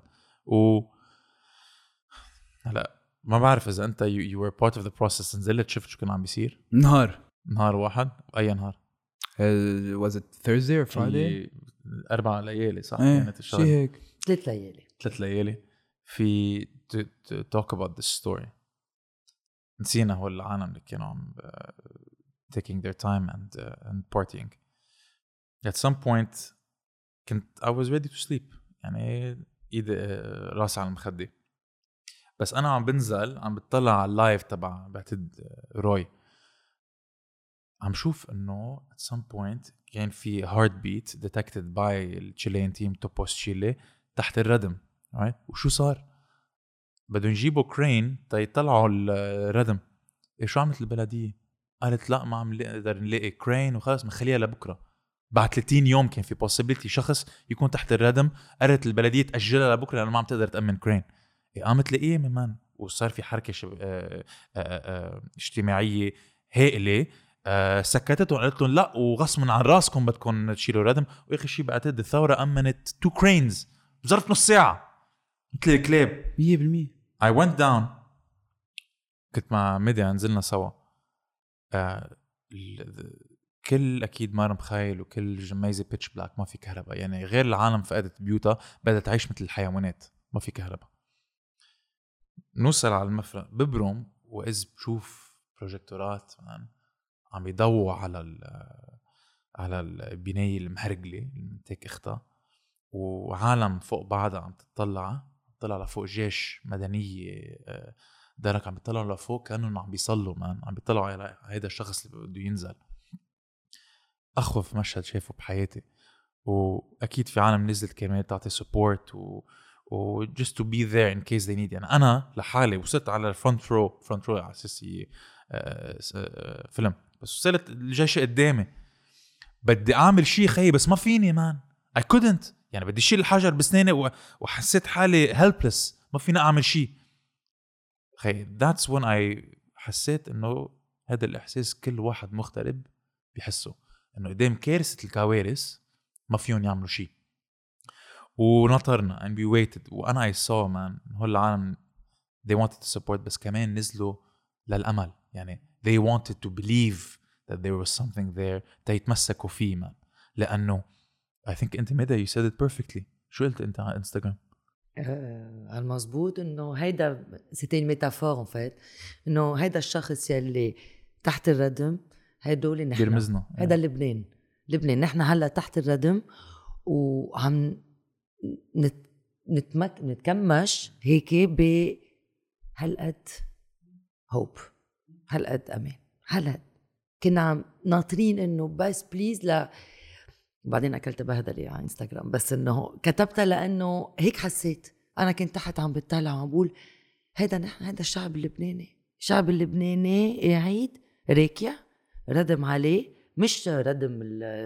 هلا ما بعرف اذا انت you were part of the process، نزلت شفت شو كان عم بيصير. نهار واحد، اي نهار
was it Thursday or Friday؟
4 ليالي صح؟
كانت الشغله شيء هيك
3
ليالي في to talk about this story. نسينا هو العالم اللي كانوا عم taking their time and partying. At some point كنت I was ready to sleep، يعني ايدي راسي على المخدة، بس انا عم بنزل عم بتطلع على اللايف تبع بعتد روي، عم شوف انه at some point كان في heartbeat detected by التشيليان تيم توبوس تشيلي تحت الردم. وشو صار؟ بدهم يجيبوا كرين تيطلعوا الردم. شو عملت البلدية؟ قالت لا ما عم نقدر نلاقي كرين وخلص بنخليها لبكره. بعد 30 يوم كان في possibility شخص يكون تحت الردم، قررت البلدية تأجلها لبكره لأنه ما عم تقدر تأمن كرين. قامت لقيه من وصار في حركة اجتماعية هائلة، سكتت وقالت لهم لا وغصبا عن راسكم بدكم تشيلوا ردم. واخر شيء بعتقد الثورة أمنت 2 كرينز بظرف نص ساعة مثل الكلاب
100%.
I went down، كنت مع ميديا نزلنا سوا. كل اكيد ما مخايل وكل جميزه بيتش بلاك، ما في كهرباء، يعني غير العالم فقدت بيوتها بدها تعيش مثل الحيوانات، ما في كهرباء. نوصل على المفرق ببرم واذ بشوف بروجيكتورات عم بيضووا على البنايه المهرجله اللي تيك اختها، وعالم فوق بعضها عم تطلع لفوق، جيش مدنيه درك عم بيطلعوا لفوق كانهم عم بيصلوا عم بيطلعوا على هيدا الشخص اللي بده ينزل. اخوف مشهد شايفه بحياتي. واكيد في عالم نزلت كمان تعطي سبورت و just to be there in case they need. يعني انا لحالي وصلت على الفرونت رو على اساس فيلم، بس وصلت الجيش قدامي بدي اعمل شيء خي بس ما فيني مان I couldn't. يعني بدي اشيل الحجر بسناني وحسيت حالي helpless، ما فيني اعمل شيء خي. that's when I حسيت انه هذا الاحساس كل واحد مغترب بيحسه، انه قدام كارثة الكوارث ما فيهم يعملوا شيء. ونطرنا and we waited، وانا I saw man هول العالم they wanted to support، بس كمان نزلوا للأمل. يعني they wanted to believe that there was something there تيتمسكوا فيه man. لأنه I think انت ميدا you said it perfectly. شو قلت انت على انستغرام؟
المزبوط انه هيدا سيتي ميتافور en fait، انه هيدا الشخص يلي تحت الردم، هيدول نحن
بيرمزنا.
هيدا لبنان نحن هلا تحت الردم وعم نتكمش هيك بهالقد هوب، هالقد امان، هالقد كنا عم ناطرين انه بس بليز وبعدين اكلت بهدلة على انستغرام، بس انه كتبتها لانه هيك حسيت. انا كنت تحت عم بتطلع وعم بقول هيدا الشعب اللبناني قاعد راكع ردم عليه، مش ردم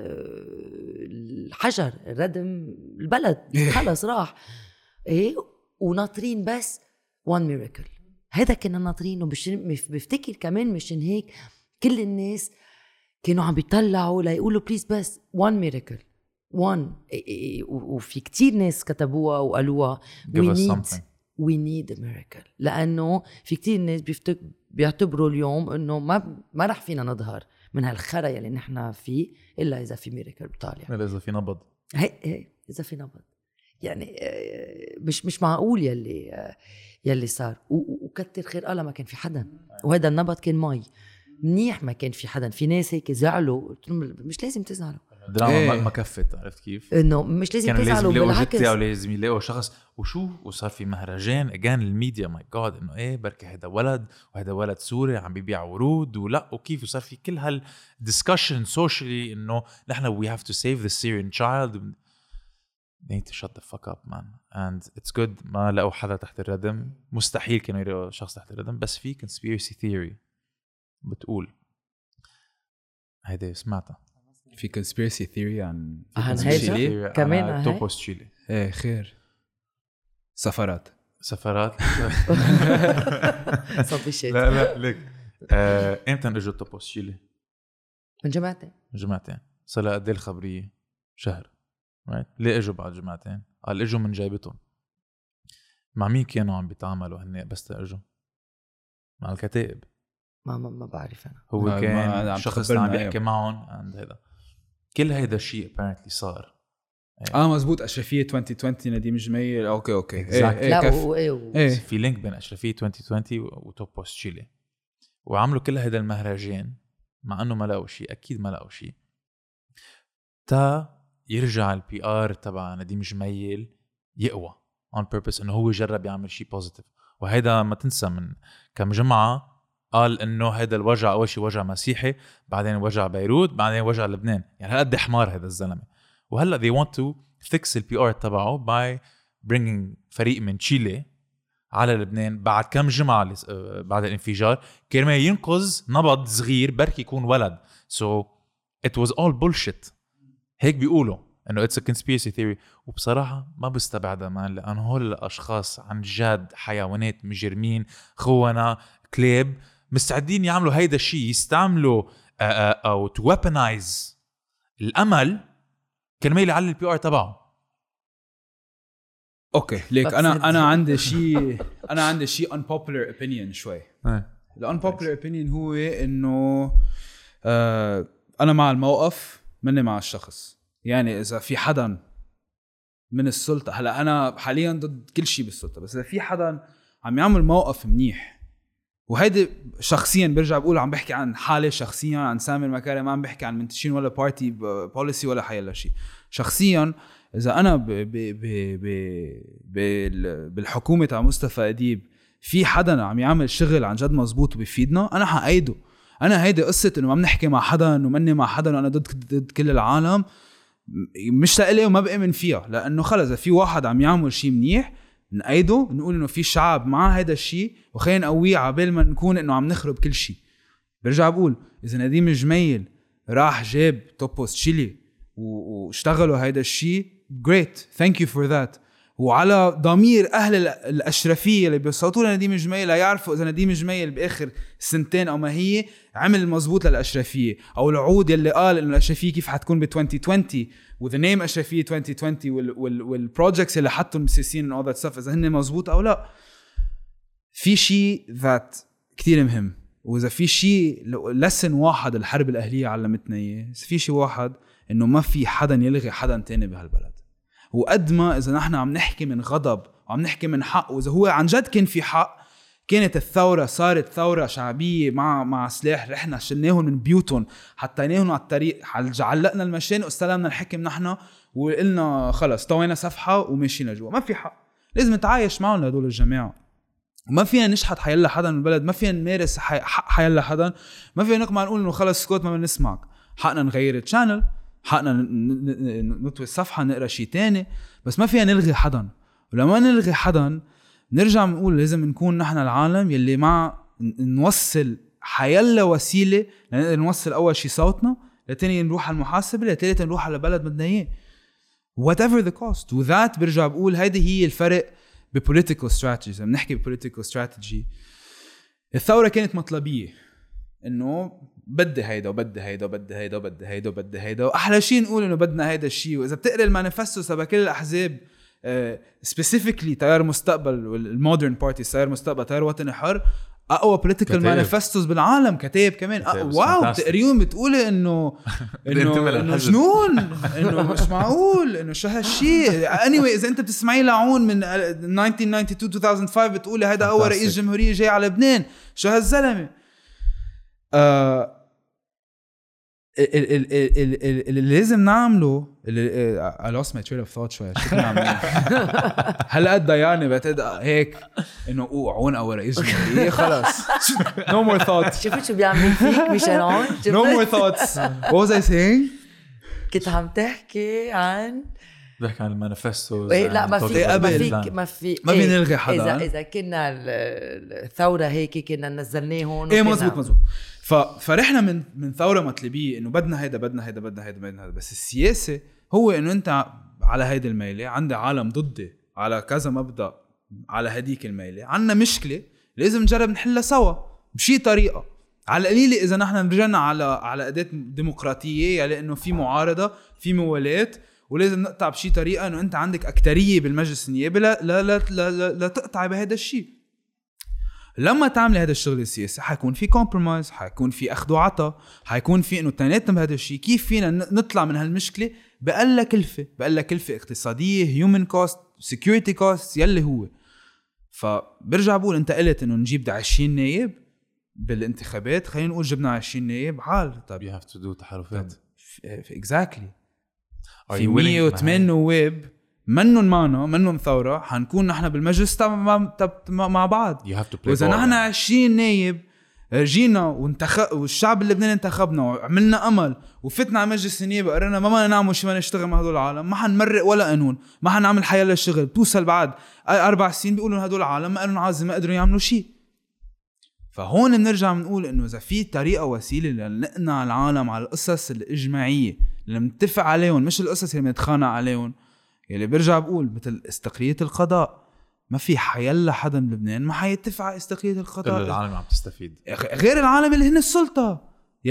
الحجر، ردم البلد خلص راح ايه، وناطرين بس one miracle. هذا كنا ناطرينه. بفتكر كمان مشان هيك كل الناس كانوا عم بيطلعوا ليقولوا بليز بس one miracle one. وفي كتير ناس كتبوها وقالوها we need a miracle، لأنه في كتير ناس بيعتبروا اليوم انه ما رح فينا نظهر من هالخرا يلي نحن فيه إلا إذا في ميريكل بطالع،
إلا إذا في نبض.
إذا في نبض. يعني مش معقول يلي صار. وكتر خير الله ما كان في حدا، وهذا النبض كان مي منيح، ما كان في حدا. في ناس هيك زعلوا، مش لازم تزعلوا،
دراما ما كفت. عرفت كيف؟
انه مش لازم تزعلوا، بالعكس
لازم يلاقوا شخص. وصار في مهرجان اجان الميديا ماي جاد انه ايه بركي هذا ولد وهذا ولد سوري عم بيبيع ورود ولا وكيف. وصار في كل هالدiscussion socially انه نحن we have to save the Syrian child. they need to shut the fuck up man and it's good. ما لقوا حدا تحت الردم، مستحيل كانوا يلاقوا شخص تحت الردم. بس في conspiracy theory بتقول هيدا سمعتها،
في conspiracy theory عن
هيدا كمان
توبوس تشيلي.
ايه خير سفرات
صبي شيء.
لا ليك امتى اجوا توبوس تشيلي؟
من جمعتين.
صار قد ايه الخبريه؟ شهر. ليه اجوا بعد جمعتين؟ قال اجوا من جايبتهم. مع مين كانوا عم بيتعاملوا هن بس اجوا؟ مع الكتائب.
ما بعرف انا.
هو كان شخص عم بيحكي معهم عند هذا. كل هيدا الشيء apparently صار.
مزبوط. أشرفية 2020 نديم جميل. اوكي
لا
في لينك بين أشرفية 2020 وتوبوس تشيلي، وعملوا كل هيدا المهرجان مع انه ما لقوا شيء. اكيد ما لقوا شيء تا يرجع البي ار تبع نديم جميل يقوى on purpose انه هو يجرب يعمل شيء بوزيتيف. وهيدا ما تنسى من كم جمعة قال انه هذا الوجع اول شيء وجع مسيحي، بعدين وجع بيروت، بعدين وجع لبنان. يعني هالقد حمار هذا الزلمه. وهلا they want to fix البي ار تبعه by bringing فريق من تشيلي على لبنان بعد كم جمعه بعد الانفجار كرمال ينقذ نبض صغير بركي يكون ولد. so it was all bullshit. هيك بيقولوا انه it's a conspiracy theory. وبصراحه ما بستبعدها مان، لان هول الاشخاص عن جد حيوانات مجرمين، خونه كلاب مستعدين يعملوا هيدا الشيء، يستعملوا او to weaponize الامل كرمال يعلي البي ار تبعه.
اوكي ليك انا عندي شيء unpopular opinion شوي. الانبوبولار اوبينيون هو انه انا مع الموقف مني مع الشخص. يعني اذا في حدا من السلطه، هلا انا حاليا ضد كل شيء بالسلطه، بس اذا في حدا عم يعمل موقف منيح، وهيدي شخصيا برجع بقول عم بحكي عن حالي شخصيا، عن سامي المكاري، ما عم بحكي عن منتشين ولا بارتي بوليسي ولا حيلا شيء. شخصيا اذا انا بالحكومه تاع مصطفى أديب في حدا عم يعمل شغل عن جد مزبوط وبيفيدنا، انا حأيده. انا هيدي قصه انه ما بنحكي مع حدا ومني مع حدا وانا ضد كل العالم مش لإلي وما بأمن فيها، لانه خلص اذا في واحد عم يعمل شيء منيح نأيده، نقول انه في شعب مع هذا الشيء وخلينا نقويه عبال ما نكون انه عم نخرب كل شيء. برجع بقول اذا نديم الجميل راح جاب توبوست تشيلي واشتغلوا هذا الشيء great thank you for that، وعلى ضمير اهل الاشرفيه اللي بيصوتوا لنديم الجميل يعرفوا اذا نديم الجميل باخر سنتين او ما هي عمل مزبوط للاشرفيه، او العود يلي قال انه الاشرفيه كيف حتكون ب 2020 وذا نيم اشرفيه 2020 والبروجكتس اللي حطوا المسيسين and all that stuff اذا هن مزبوط او لا. في شيء ذات كتير مهم، واذا في شيء لسن واحد الحرب الاهليه علمتنا اياه، في شيء واحد انه ما في حدا يلغي حدا تاني بهالبلد. وقد ما اذا نحن عم نحكي من غضب وعم نحكي من حق، واذا هو عن جد كان في حق، كانت الثوره صارت ثوره شعبيه مع سلاح، رحنا شلناهم من بيوتهم حطيناهم على الطريق، علقنا المشان واستلمنا الحكم نحن وقلنا خلص طوينا صفحه ومشينا جوا. ما في حق، لازم نتعايش معهم هدول الجماعه. ما فينا نشحت حيلا حدا من البلد، ما فينا نمارس حق حيلا حدا، ما فينا نقمع نقول انه خلص سكوت ما بنسمعك. حقنا نغير الشانل، حقنا نطوي الصفحه نقرا شيء تاني، بس ما فينا نلغي حدا. ولما نلغي حدا نرجع نقول لازم نكون نحن العالم يلي مع نوصل حيلا وسيله لنقدر نوصل اول شيء صوتنا، لتاني نروح على المحاسبه، لتالت نروح على بلد بدنا اياه whatever the cost. وذات برجع بقول هيدي هي الفرق بpolitical strategies. لما نحكي بpolitical strategy، الثوره كانت مطلبيه انه بدي هيدا وبدي هيدا وبدي هيدا وبدي هيدا وبدي هيدا، واحلى شيء نقول انه بدنا هيدا الشيء. واذا بتقرا المانيفستو تبع كل الاحزاب specifically تيار مستقبل والمودرن بارتي، تيار مستقبل، تيار وطني حر، اقوى political manifestos بالعالم، كتاب كمان واو تقريهم بتقولي انه جنون، انه مش معقول، انه شو هالشيء. anyway اذا انت بتسمعي لعون من 1992 2005 بتقولي هذا اول رئيس جمهورية جاي على لبنان، شو هالزلمه. اللي لازم نعمله I lost my train of thought شوي. شو نعمل هلا قد ضيعني بعتقد هيك انه عون اول رئيس جمهورية خلاص no more thoughts.
شفت شو بيعمل فيك ميشيل عون؟
no more thoughts. what was I saying؟
كنت عم تحكي عن
بحكي عن المانيفستو.
لا ما في
نلغي حدا.
اذا كنا الثوره هيك كنا نزلناهم.
ايه مزبوط. فرحنا من ثوره مطلبيه انه بدنا هيدا بدنا هيدا بدنا هيدا بدنا هيدا. بس السياسه هو انه انت على هيدي الميله عندي عالم ضدي على كذا مبدا، على هديك الميله عندنا مشكله لازم نجرب نحلها سوا بشي طريقه. على القليل اذا نحن رجعنا على اداه ديمقراطيه، يعني انه في معارضه، في موالات، ولازم نقطع بشي طريقه انه انت عندك اكتريه بالمجلس النيابي لا تقطع بهذا الشيء. لما تعمل هذا الشغل السياسي حيكون في كومبرومايز، حيكون في اخذ وعطاء، حيكون في انه تناتنا بهذا الشيء. كيف فينا نطلع من هالمشكله بقل كلفه اقتصاديه، هيومن كوست، سيكيورتي كوست يلي هو. فبرجع بقول انت قلت انه نجيب 20 نائب بالانتخابات، خلينا نقول جبنا 20 نائب عال. طب
you have to do تحالفات
exactly. في 108 نواب منهم معنا، منهم ثورة، حنكون نحن بالمجلس مع بعض. وإذا نحن 20 نايب جينا والشعب اللبناني انتخبنا وعملنا أمل وفتنا على مجلس النيابة وقررنا ما نعمل شيء، ما نشتغل مع هدول العالم، ما حنمرق ولا قانون، ما حنعمل حيلا الشغل، توصل بعد 4 سنين بيقولوا هدول العالم ما قالوا عازم ما قدروا يعملوا شيء. فهون بنرجع بنقول إنه إذا في طريقة وسيلة لنقنع العالم على القصص الإجماعية اللي نتفق عليهم، مش القصص اللي بنتخانق عليهم، يلي برجع بقول مثل استقلية القضاء. ما في حيلا حدا بلبنان ما حيتفق على استقلية القضاء.
كل العالم عم تستفيد،
غير العالم اللي هن السلطة،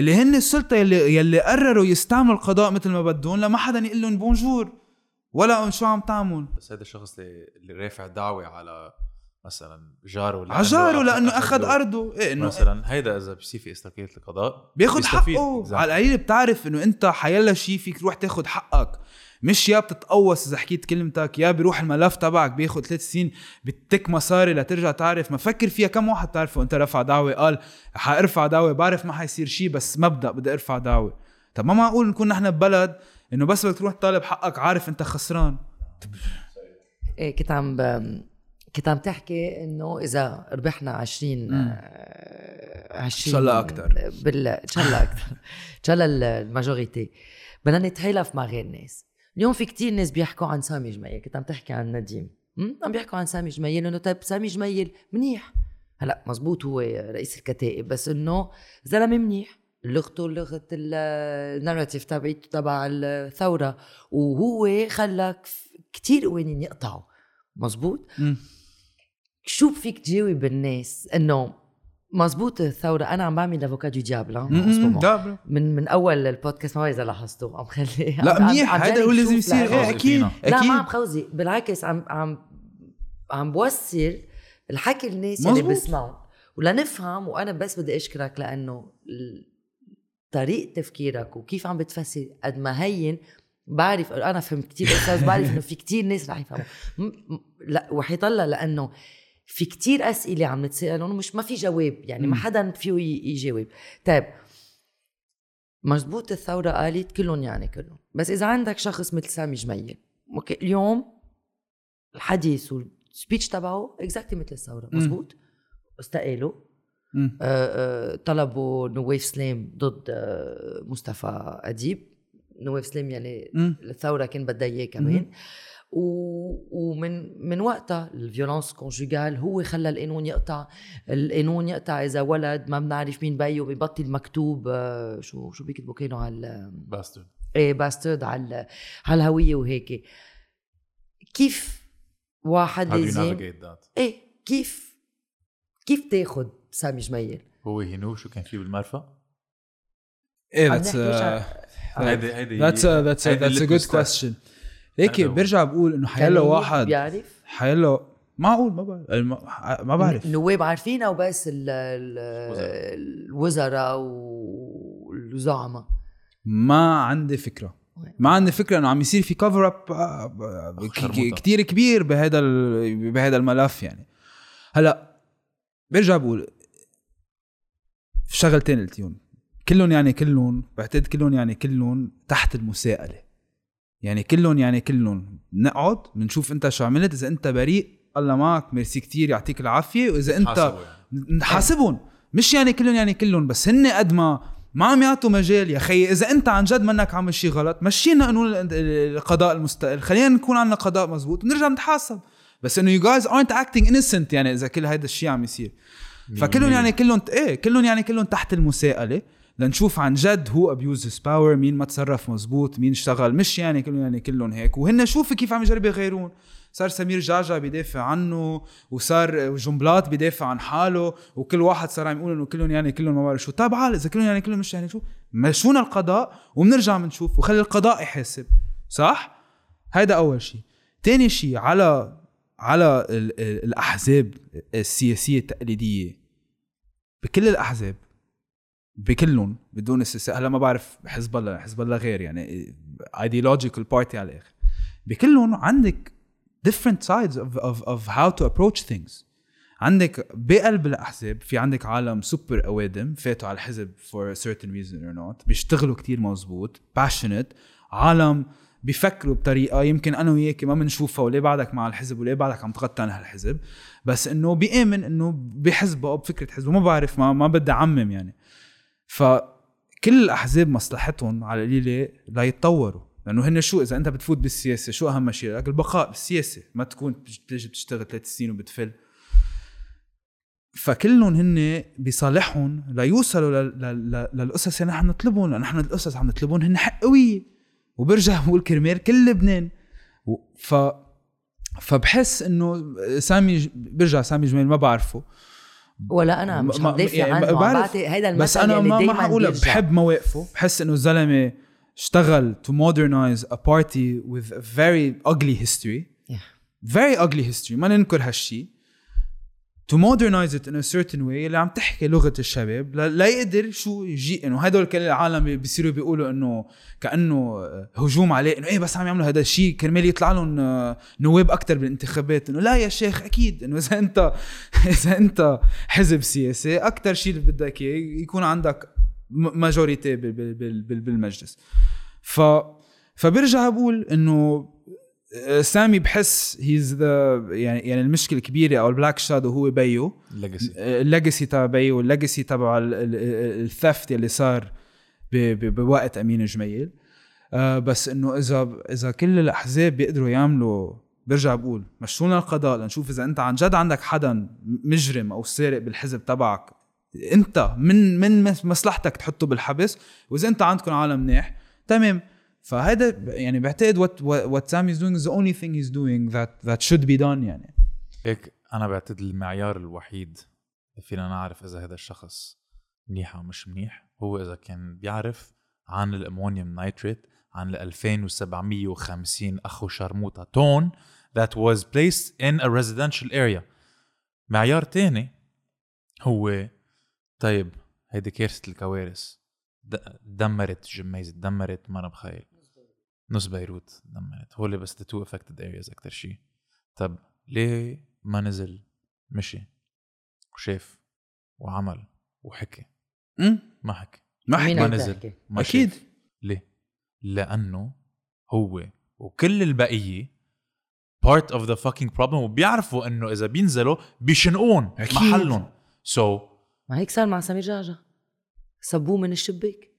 يلي قرروا يستعملوا القضاء مثل ما بدون، لما حدا يقول لهم بونجور ولا شو عم تعمل.
بس هذا الشخص اللي رافع دعوة على مثلا جاره
عجاره لانه اخذ ارضه إيه انه
مثلا هيدا اذا بيصير في استقلاليه القضاء
بياخد
بيستفيد.
حقه على القليل. بتعرف انه انت حيلا شيء فيك تروح تاخد حقك، مش يا بتتقوص اذا حكيت كلمتك يا بيروح الملف تبعك بياخد 3 سنين بتك مصاري لترجع تعرف. ما فكر فيها كم واحد تعرفه انت رفع دعوه قال حارفع دعوه بعرف ما حيصير شيء بس مبدأ بدي ارفع دعوه. طب ما معقول نكون نحن ببلد انه بس بدك تروح تطالب حقك عارف انت خسران.
إيه كنت عم تحكي انه اذا ربحنا 20
ان شاء الله اكثر
ان شاء الله اكثر ان شاء الله الماجوريتي بدنا نتحالف مع غير ناس. اليوم في كتير ناس بيحكوا عن سامي جميل، كنت عم تحكي عن نديم عم بيحكوا عن سامي جميل انه طيب سامي جميل منيح هلا مزبوط هو رئيس الكتائب بس انه زلمه منيح لغته لغه الناراتيف تبع الثوره وهو خلاك كتير قوانين يقطعوا مزبوط. شو فيك تجاوب الناس انه مزبوط الثوره؟ انا عم بعمل افوكادو ديابلا من اول البودكاست ما اذا لاحظتوا عم خلي
لا منيح هذا هو لازم يصير. ايه اكيد
لا ما عم خوزي بالعكس عم بوصل الحكي الناس اللي بيسمعوا ولا نفهم. وانا بس بدي اشكرك لانه طريقه تفكيرك وكيف عم بتفسر قد ما هين بعرف انا فهمت كتير استاذ بعرف انه في كتير ناس رح يفهموا لا وحيطلع لانه في كتير اسئله عم نتسال مش ما في جواب يعني ما حدا فيه يجاوب. طيب مزبوط الثوره قالت كلهم يعني كلهم بس اذا عندك شخص مثل سامي جميل اوكي اليوم الحديث والسبيتش تبعه اكزاكتلي مثل الثوره مزبوط استقالوا طلبوا نواف سلام ضد مصطفى أديب. نواف سلام يعني الثورة كان بدها إياه كمان ومن وقتها الفيولانس كونجوغال هو خلى القانون يقطع إذا ولد ما بنعرف مين بيه بيبطل مكتوب شو بيكتبوا كانوا على
باسترد
باسترد على الهوية وهيك. كيف واحد لازم كيف تاخد سامي جميل؟
هو هنو شو كان فيه بالمرفأ؟
ايه that's a good question. هيك برجع بقول انه حيلا واحد
بيعرف
حيلا معقول ما بعرف
نواب عارفين او بس الوزراء والزعماء
ما عندي فكرة انه عم يصير في كفر اب كتير كبير بهذا الملف. يعني هلا برجع بقول في شغلتين قلتيهم كلهم بعتقد كلهم تحت المساءلة. يعني كلهم نقعد بنشوف انت شو عملت، اذا انت بريء الله معك ميرسي كتير يعطيك العافية، واذا انت نحاسبهم مش كلهم بس هن قد ما عم يعطوا مجال. يا خي اذا انت عن جد منك عامل شيء غلط مشينا قانون القضاء المستقل خلينا نكون عندنا قضاء مزبوط ونرجع نتحاسب. بس انه you guys aren't acting innocent يعني اذا كل هيدا الشيء عم يصير. فكلهم كلهم تحت المساءلة لنشوف عن جد هو abuses power مين ما تصرف مزبوط مين اشتغل مش كلهم هيك. وهن شوفوا كيف عم يجربوا يغيرون. صار سمير جعجع بيدافع عنه وصار جنبلاط بيدافع عن حاله وكل واحد صار عم يقول انه كلهم ما بعرف شو. طيب اذا كلهم مش شو مشونا القضاء وبنرجع بنشوف وخلي القضاء يحاسب صح. هيدا اول شيء. تاني شيء على الاحزاب السياسيه التقليديه بكل الاحزاب بكلهم بدون استثناء. هلا ما بعرف حزب الله غير يعني ideological party على الاخر. بكلهم عندك different sides of how to approach things. عندك بقلب الأحزاب في عندك عالم سوبر أوادم فاتوا على الحزب for a certain reason or not بيشتغلوا كتير مزبوط passionate. عالم بيفكروا بطريقة يمكن أنا وياك ما بنشوفها وليه بعدك مع الحزب وليه بعدك عم تغطي عن هالحزب بس إنه بيآمن إنه بحزبه أو بفكرة حزبه ما بعرف ما بدي أعمم يعني. فكل الأحزاب مصلحتهم على القليلة لا يتطوروا لأنه هن شو إذا أنت بتفوت بالسياسة شو أهم شيء لك البقاء بالسياسة ما تكون تجي بتشتغل 3 سنين وبتفل. فكلهم هن بصالحهم لا يوصلوا للقصص اللي نحن نطلبهم لأن نحن القصص عم نطلبهم هن حقوية. وبرجع بقول كرمال كل لبنان فبحس إنه سامي جميل ما بعرفه
ولا أنا مش عم دافع عنه بعرف هيدا المثل
بس أنا ما حقول بحب مواقفه. بحس إنه الزلمة اشتغل to modernize a party with a very ugly history. Very ugly history ما ننكر هالشي to modernize it in a certain way اللي عم تحكي لغة الشباب لا يقدر شو يجي إنه هدول كل العالم بيصيروا بيقولوا إنه كأنه هجوم عليه إنه إيه بس عم يعملوا هذا الشيء كرمال يطلع لهم نواب أكتر بالانتخابات. إنه لا يا شيخ أكيد إنه إذا أنت حزب سياسي أكتر شيء اللي بدك يكون عندك ماجوريتي بالمجلس. فبرجع بقول إنه سامي بحس he's the يعني المشكلة الكبيرة أو البلاك شادو هو بيو الليجاسي تبع بيو والليجاسي تبع الثفت اللي صار بوقت أمين جميل. بس إنه إذا كل الأحزاب بيقدروا يعملوا برجع بقول مشرونا القضاء لنشوف إذا أنت عن جد عندك حدا مجرم أو سارق بالحزب تبعك أنت من مصلحتك تحطه بالحبس، وإذا أنت عندكم عالم منيح تمام. فهذا يعني بعتقد what Sam is doing is the only thing he's doing that should be done. يعني
هيك أنا بعتقد المعيار الوحيد فينا نعرف إذا هذا الشخص منيح أو مش منيح هو إذا كان بيعرف عن الأمونيوم نايتريت عن 2750 أخو شرموطة تون that was placed in a residential area. معيار تاني هو طيب هيدي كارثة الكوارث دمرت جميزة دمرت ما أنا بخيل نص بيروت دمرت هو اللي بس the two affected areas أكتر شيء. طب ليه ما نزل مشي وشاف وعمل وحكي؟ ما حكي ما نزل ما أكيد. ليه؟ لأنه هو وكل البقية part of the fucking problem وبيعرفوا إنه إذا بينزلوا بيشنقون محلهم.
ما هيك صار مع سمير جعجع صبوه من الشباك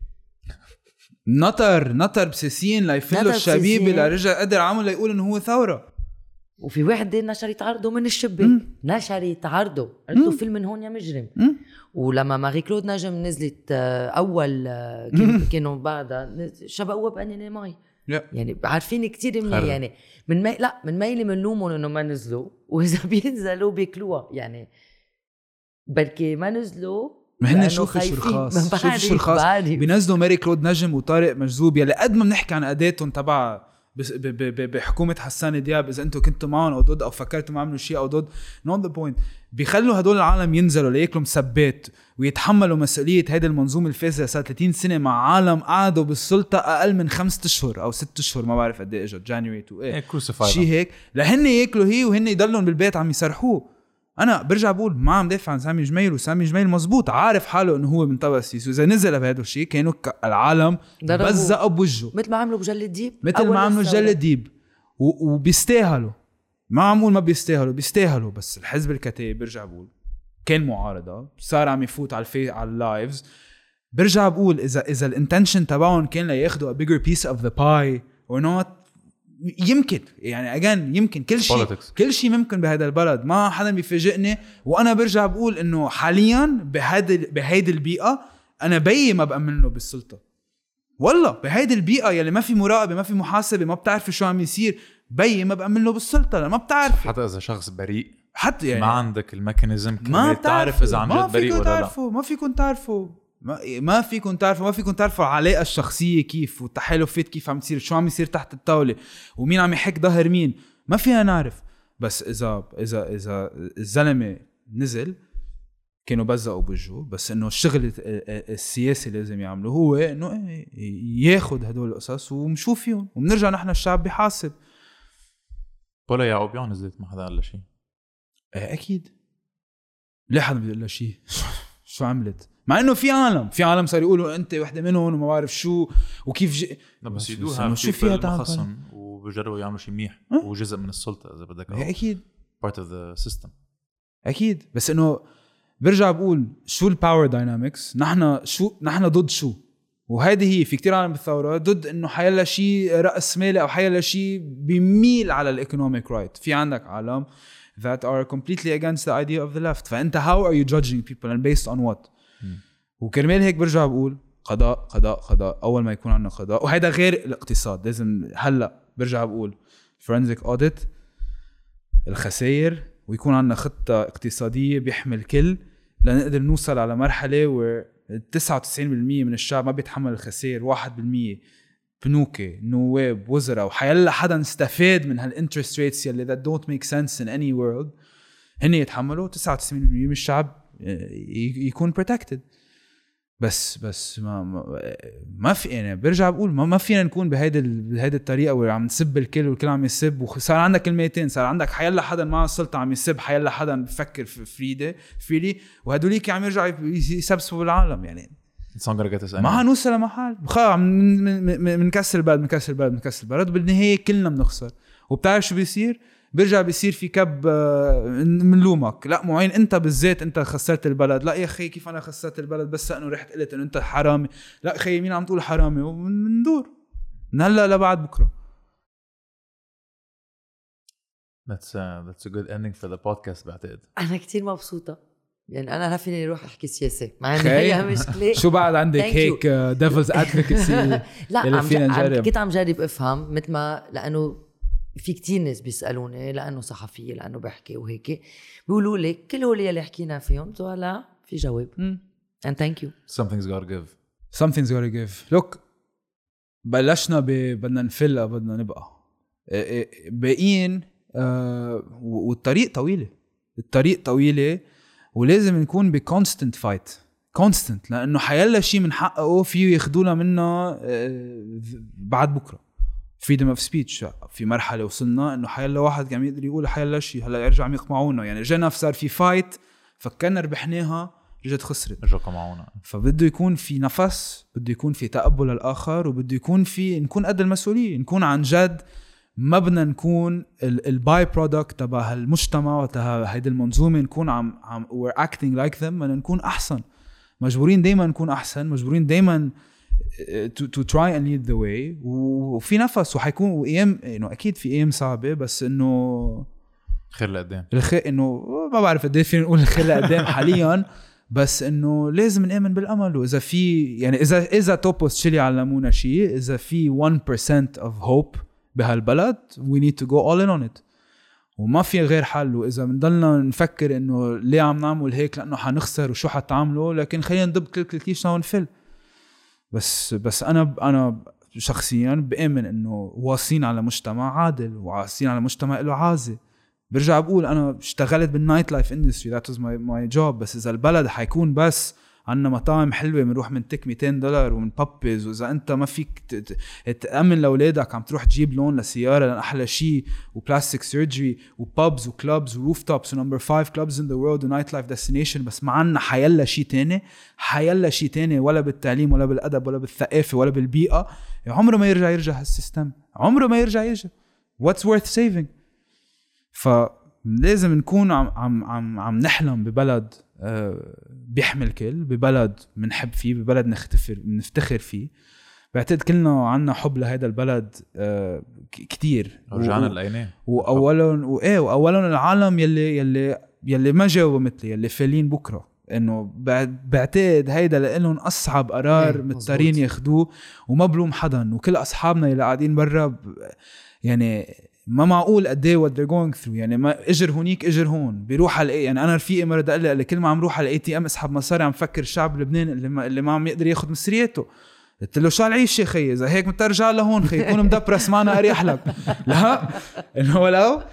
نطر بسيسين ليفلوا الشبيبة لرجع قدر عمل ليقول إنه هو ثورة.
وفي واحد دير نشر يتعرضه من الشباك نشر يتعرضه قلتوا فيلم من هون يا مجرم. ولما ماري كلود نجم نزلت أول كانوا بعدها شبقوها بأنيني ماي يعني عارفين كتير من يعني من ميلي من لومون إنه ما نزلوا وإذا بينزلوا بيكلوها يعني بلكي ما نزلوا
مهنا شوف الشرخاص بينزلوا ماري كلود نجم وطارق مجذوب يلي قد ما بنحكي عن أداتهم تبع بحكومة حسان دياب إذا أنتوا كنتوا معهم أو ضد أو فكرتوا ما عملوا شيء أو ضد not the point. بيخلوا هدول العالم ينزلوا ليأكلوا مسبات ويتحملوا مسؤولية هيدا المنظومة الفاسدة صار 30 سنة مع عالم قعدوا بالسلطة أقل من 5 أشهر أو 6 أشهر ما بعرف قد إيه إجوا جانيوري تو إيه شيء هيك لهن يأكلوا هي وهن يضلون بالبيت عم يسرحوه. أنا برجع بقول ما عم دافع عن سامي جميل وسامي جميل مزبوط عارف حاله إنه هو من طبق السيسي وإذا نزل بهذا الشيء كانوا العالم بزقوا بوجهه
مثل ما عملوا بجلة ديب
مثل ما عملوا جلة ديب وبيستاهلوا. ما عمول ما بيستاهلوا بس الحزب الكتائب برجع بقول كان معارضة صار عم يفوت على اللايفز. برجع بقول إذا الانتنشن تبعهم كان لياخدوا a bigger piece of the pie or not يمكن يعني again يمكن كل شيء ممكن بهذا البلد ما حدا بيفاجئني. وأنا برجع بقول إنه حاليا بهيدي البيئة أنا بيي ما بأمن له بالسلطة والله بهيدي البيئة يلي ما في مراقبة ما في محاسبة ما بتعرف شو عم يصير بيي ما بأمن له بالسلطة لأ ما بتعرف
حتى إذا شخص بريء
حتى يعني
ما عندك الميكانيزم ما تعرف إذا عن جد بريء ولا لا.
ما فيكن تعرفوا العلاقة الشخصية كيف والتحالفات كيف عم تصير شو عم يصير تحت الطاولة ومين عم يحك ظهر مين ما فينا نعرف. بس إذا الزلمة نزل كانوا بزقوا بوجهه. بس إنه الشغل السياسي لازم يعمله هو إنه ياخد هدول القصص ومشوف فيهم وبنرجع نحن الشعب بيحاسب.
بولا يعقوب نزلت ما حدا قال شيء
أكيد ليه حدا بيقول له شيء شو عملت مع انه في عالم صار يقولوا انت وحده منهم وما بعرف شو وكيف
بس يدوها شو فيها تخصم وبجربوا يعملوا شيء منيح وجزء من السلطه اذا بدك
اكيد
part of the system
اكيد. بس انه برجع بقول شو الباور داينامكس نحن ضد شو وهذه هي في كتير عالم بالثوره ضد انه حيلا شيء راس مالي او حيلا شيء بيميل على الايكونوميك رايت. في عندك عالم that are completely against the idea of the left. فانت how are you judging people and based on what وكرمال هيك برجع بقول قضاء أول ما يكون عندنا قضاء وهذا غير الاقتصاد لازم هلأ برجع بقول forensic audit الخسائر ويكون عندنا خطة اقتصادية بيحمل كل لنقدر نوصل على مرحلة و 99% من الشعب ما بيتحمل الخسائر 1% بنوكي نواب وزراء وحيلا حدا نستفاد من هالinterest rates يلي that don't make sense in any world. هن يتحملوا 99% من الشعب يكون protected. بس ما في يعني برجع بقول ما فينا نكون بهيدي الطريقه وعم عم نسب الكل والكل عم يسب وصار عندك كلمتين صار عندك حيلا حدا مع السلطه عم يسب حيلا حدا بفكر في فريدي وهدوليك عم يرجعوا يسبسوا بالعالم يعني ما هنوصل لمحل عم منكسر البلد بالنهايه كلنا بنخسر. وبتعرف شو بيصير؟ بيرجع بيصير في كب من لومك لا معين انت بالذات انت خسرت البلد. لا يا اخي كيف انا خسرت البلد بس انه رحت قلت انه انت حرامي. لا اخي مين عم تقول حرامي ومندور من هلا لبعد بكره.
That's a good ending for the podcast بعتقد.
انا كتير مبسوطه يعني انا فيني اروح احكي سياسه مع انه هي مشكله.
شو بعد عندك هيك ديفلز ادفوكسي؟
لا كنت عم جرب افهم مثل ما لانه في كتير ناس بيسألوني لأنه صحفية لأنه بحكي وهيك بيقولوا لي كل هول اللي حكينا فيهم ولا في جواب. and thank you.
Something's gotta give.
Look بلشنا بدنا نفل بدنا نبقى باقيين والطريق طويلة ولازم نكون بكونستنت فايت كونستنت لأنه حيلا شيء من حقه فيه ياخدونا منه بعد بكرة. freedom of speech في مرحلة وصلنا انه حيلا واحد عم يقدر يقول حيلا شيء هلا يرجع عم يقمعونا يعني رجعنا صار في فايت فكرنا ربحناها رجعت خسرت
رجعوا قمعونا.
فبده يكون في نفس بده يكون في تقبل للآخر وبده يكون في نكون قد المسؤولية نكون عن جد ما بدنا نكون الباي برودكت تبع المجتمع وتبع هيدي المنظومة نكون عم we're acting like them بدنا نكون أحسن مجبورين دايما نكون أحسن مجبورين دايما to try and lead the way وفي نفس وحيكون ايام انه اكيد في ايام صعبه بس انه
خير لقدام
الخير انه ما بعرف قد ايه فينا نقول الخير لقدام حاليا بس انه لازم نآمن بالامل واذا في يعني اذا توبوس تشيلي علمونا شيء اذا في 1% of hope بهالبلد we need to go all in on it وما في غير حل. واذا بنضلنا نفكر انه ليه عم نعمل هيك لانه حنخسر وشو حتعملوا لكن خلينا ندب كل كيشنا ونفل. بس انا شخصيا بآمن انه واصلين على مجتمع عادل وواصلين على مجتمع له عازه. برجع بقول انا اشتغلت بالنايت لايف اندستري that was my job بس اذا البلد حيكون بس عنا مطاعم حلوه بنروح منتك $200 ومن بابيز واذا انت ما فيك تأمن لاولادك عم تروح تجيب لون لسياره لان احلى شيء وبلاستيك سيرجري وبابز وكلوبز وروف توبس ونمبر 5 كلوبز ان ذا وورلد ونايت لايف ديستنيشن بس ما عنا حيلا شيء تاني ولا بالتعليم ولا بالادب ولا بالثقافه ولا بالبيئه عمره ما يرجع هالسيستم عمره ما يرجع what's worth saving. فلازم نكون عم نحلم ببلد بيحمل كل ببلد منحب فيه ببلد نفتخر فيه. بعتقد كلنا عنا حب لهذا البلد كتير
رجعنا لقيناه
واولا العالم يلي ما جاوبوا مثلي يلي فالين بكره انه بعتقد هيدا لهم اصعب قرار مضطرين ياخدوه وما بلوم حدا وكل اصحابنا اللي قاعدين برا يعني ما معقول قد ايه what they're going through يعني ما اجر هونيك اجر هون بيروح على يعني انا رفيقي مرة قال لي كل ما عم روح على ATM اسحب مصاري عم فكر الشعب اللبناني اللي ما عم يقدر ياخد مصرياته. قلت له شو العيش يا خي اذا هيك مترجع لهون خي يكون مدبرس معنا اريح لك لا انه ولو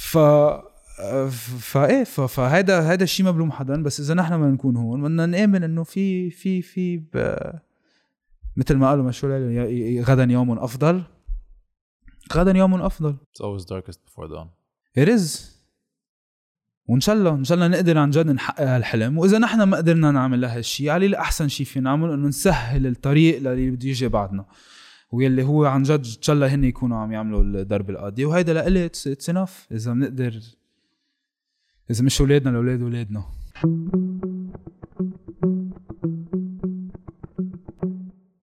فهذا الشيء ما بلوم حدا بس اذا نحن ما نكون هون بدنا نآمن انه في مثل ما قالوا مشهور غدا يوم افضل.
It's always darkest before dawn.
It is. وإن شاء الله نقدر عن جد نحقق هالحلم وإذا نحن ما قدرنا نعمل هالشيء علي الأحسن شيء فينا نعمل إنه نسهل الطريق للي بده يجي بعدنا واللي هو عن جد إن شاء الله هن يكونوا عم يعملوا الدرب القاضي وهيدا لقلي it's enough إذا بنقدر إذا مش أولادنا لأولاد أولادنا.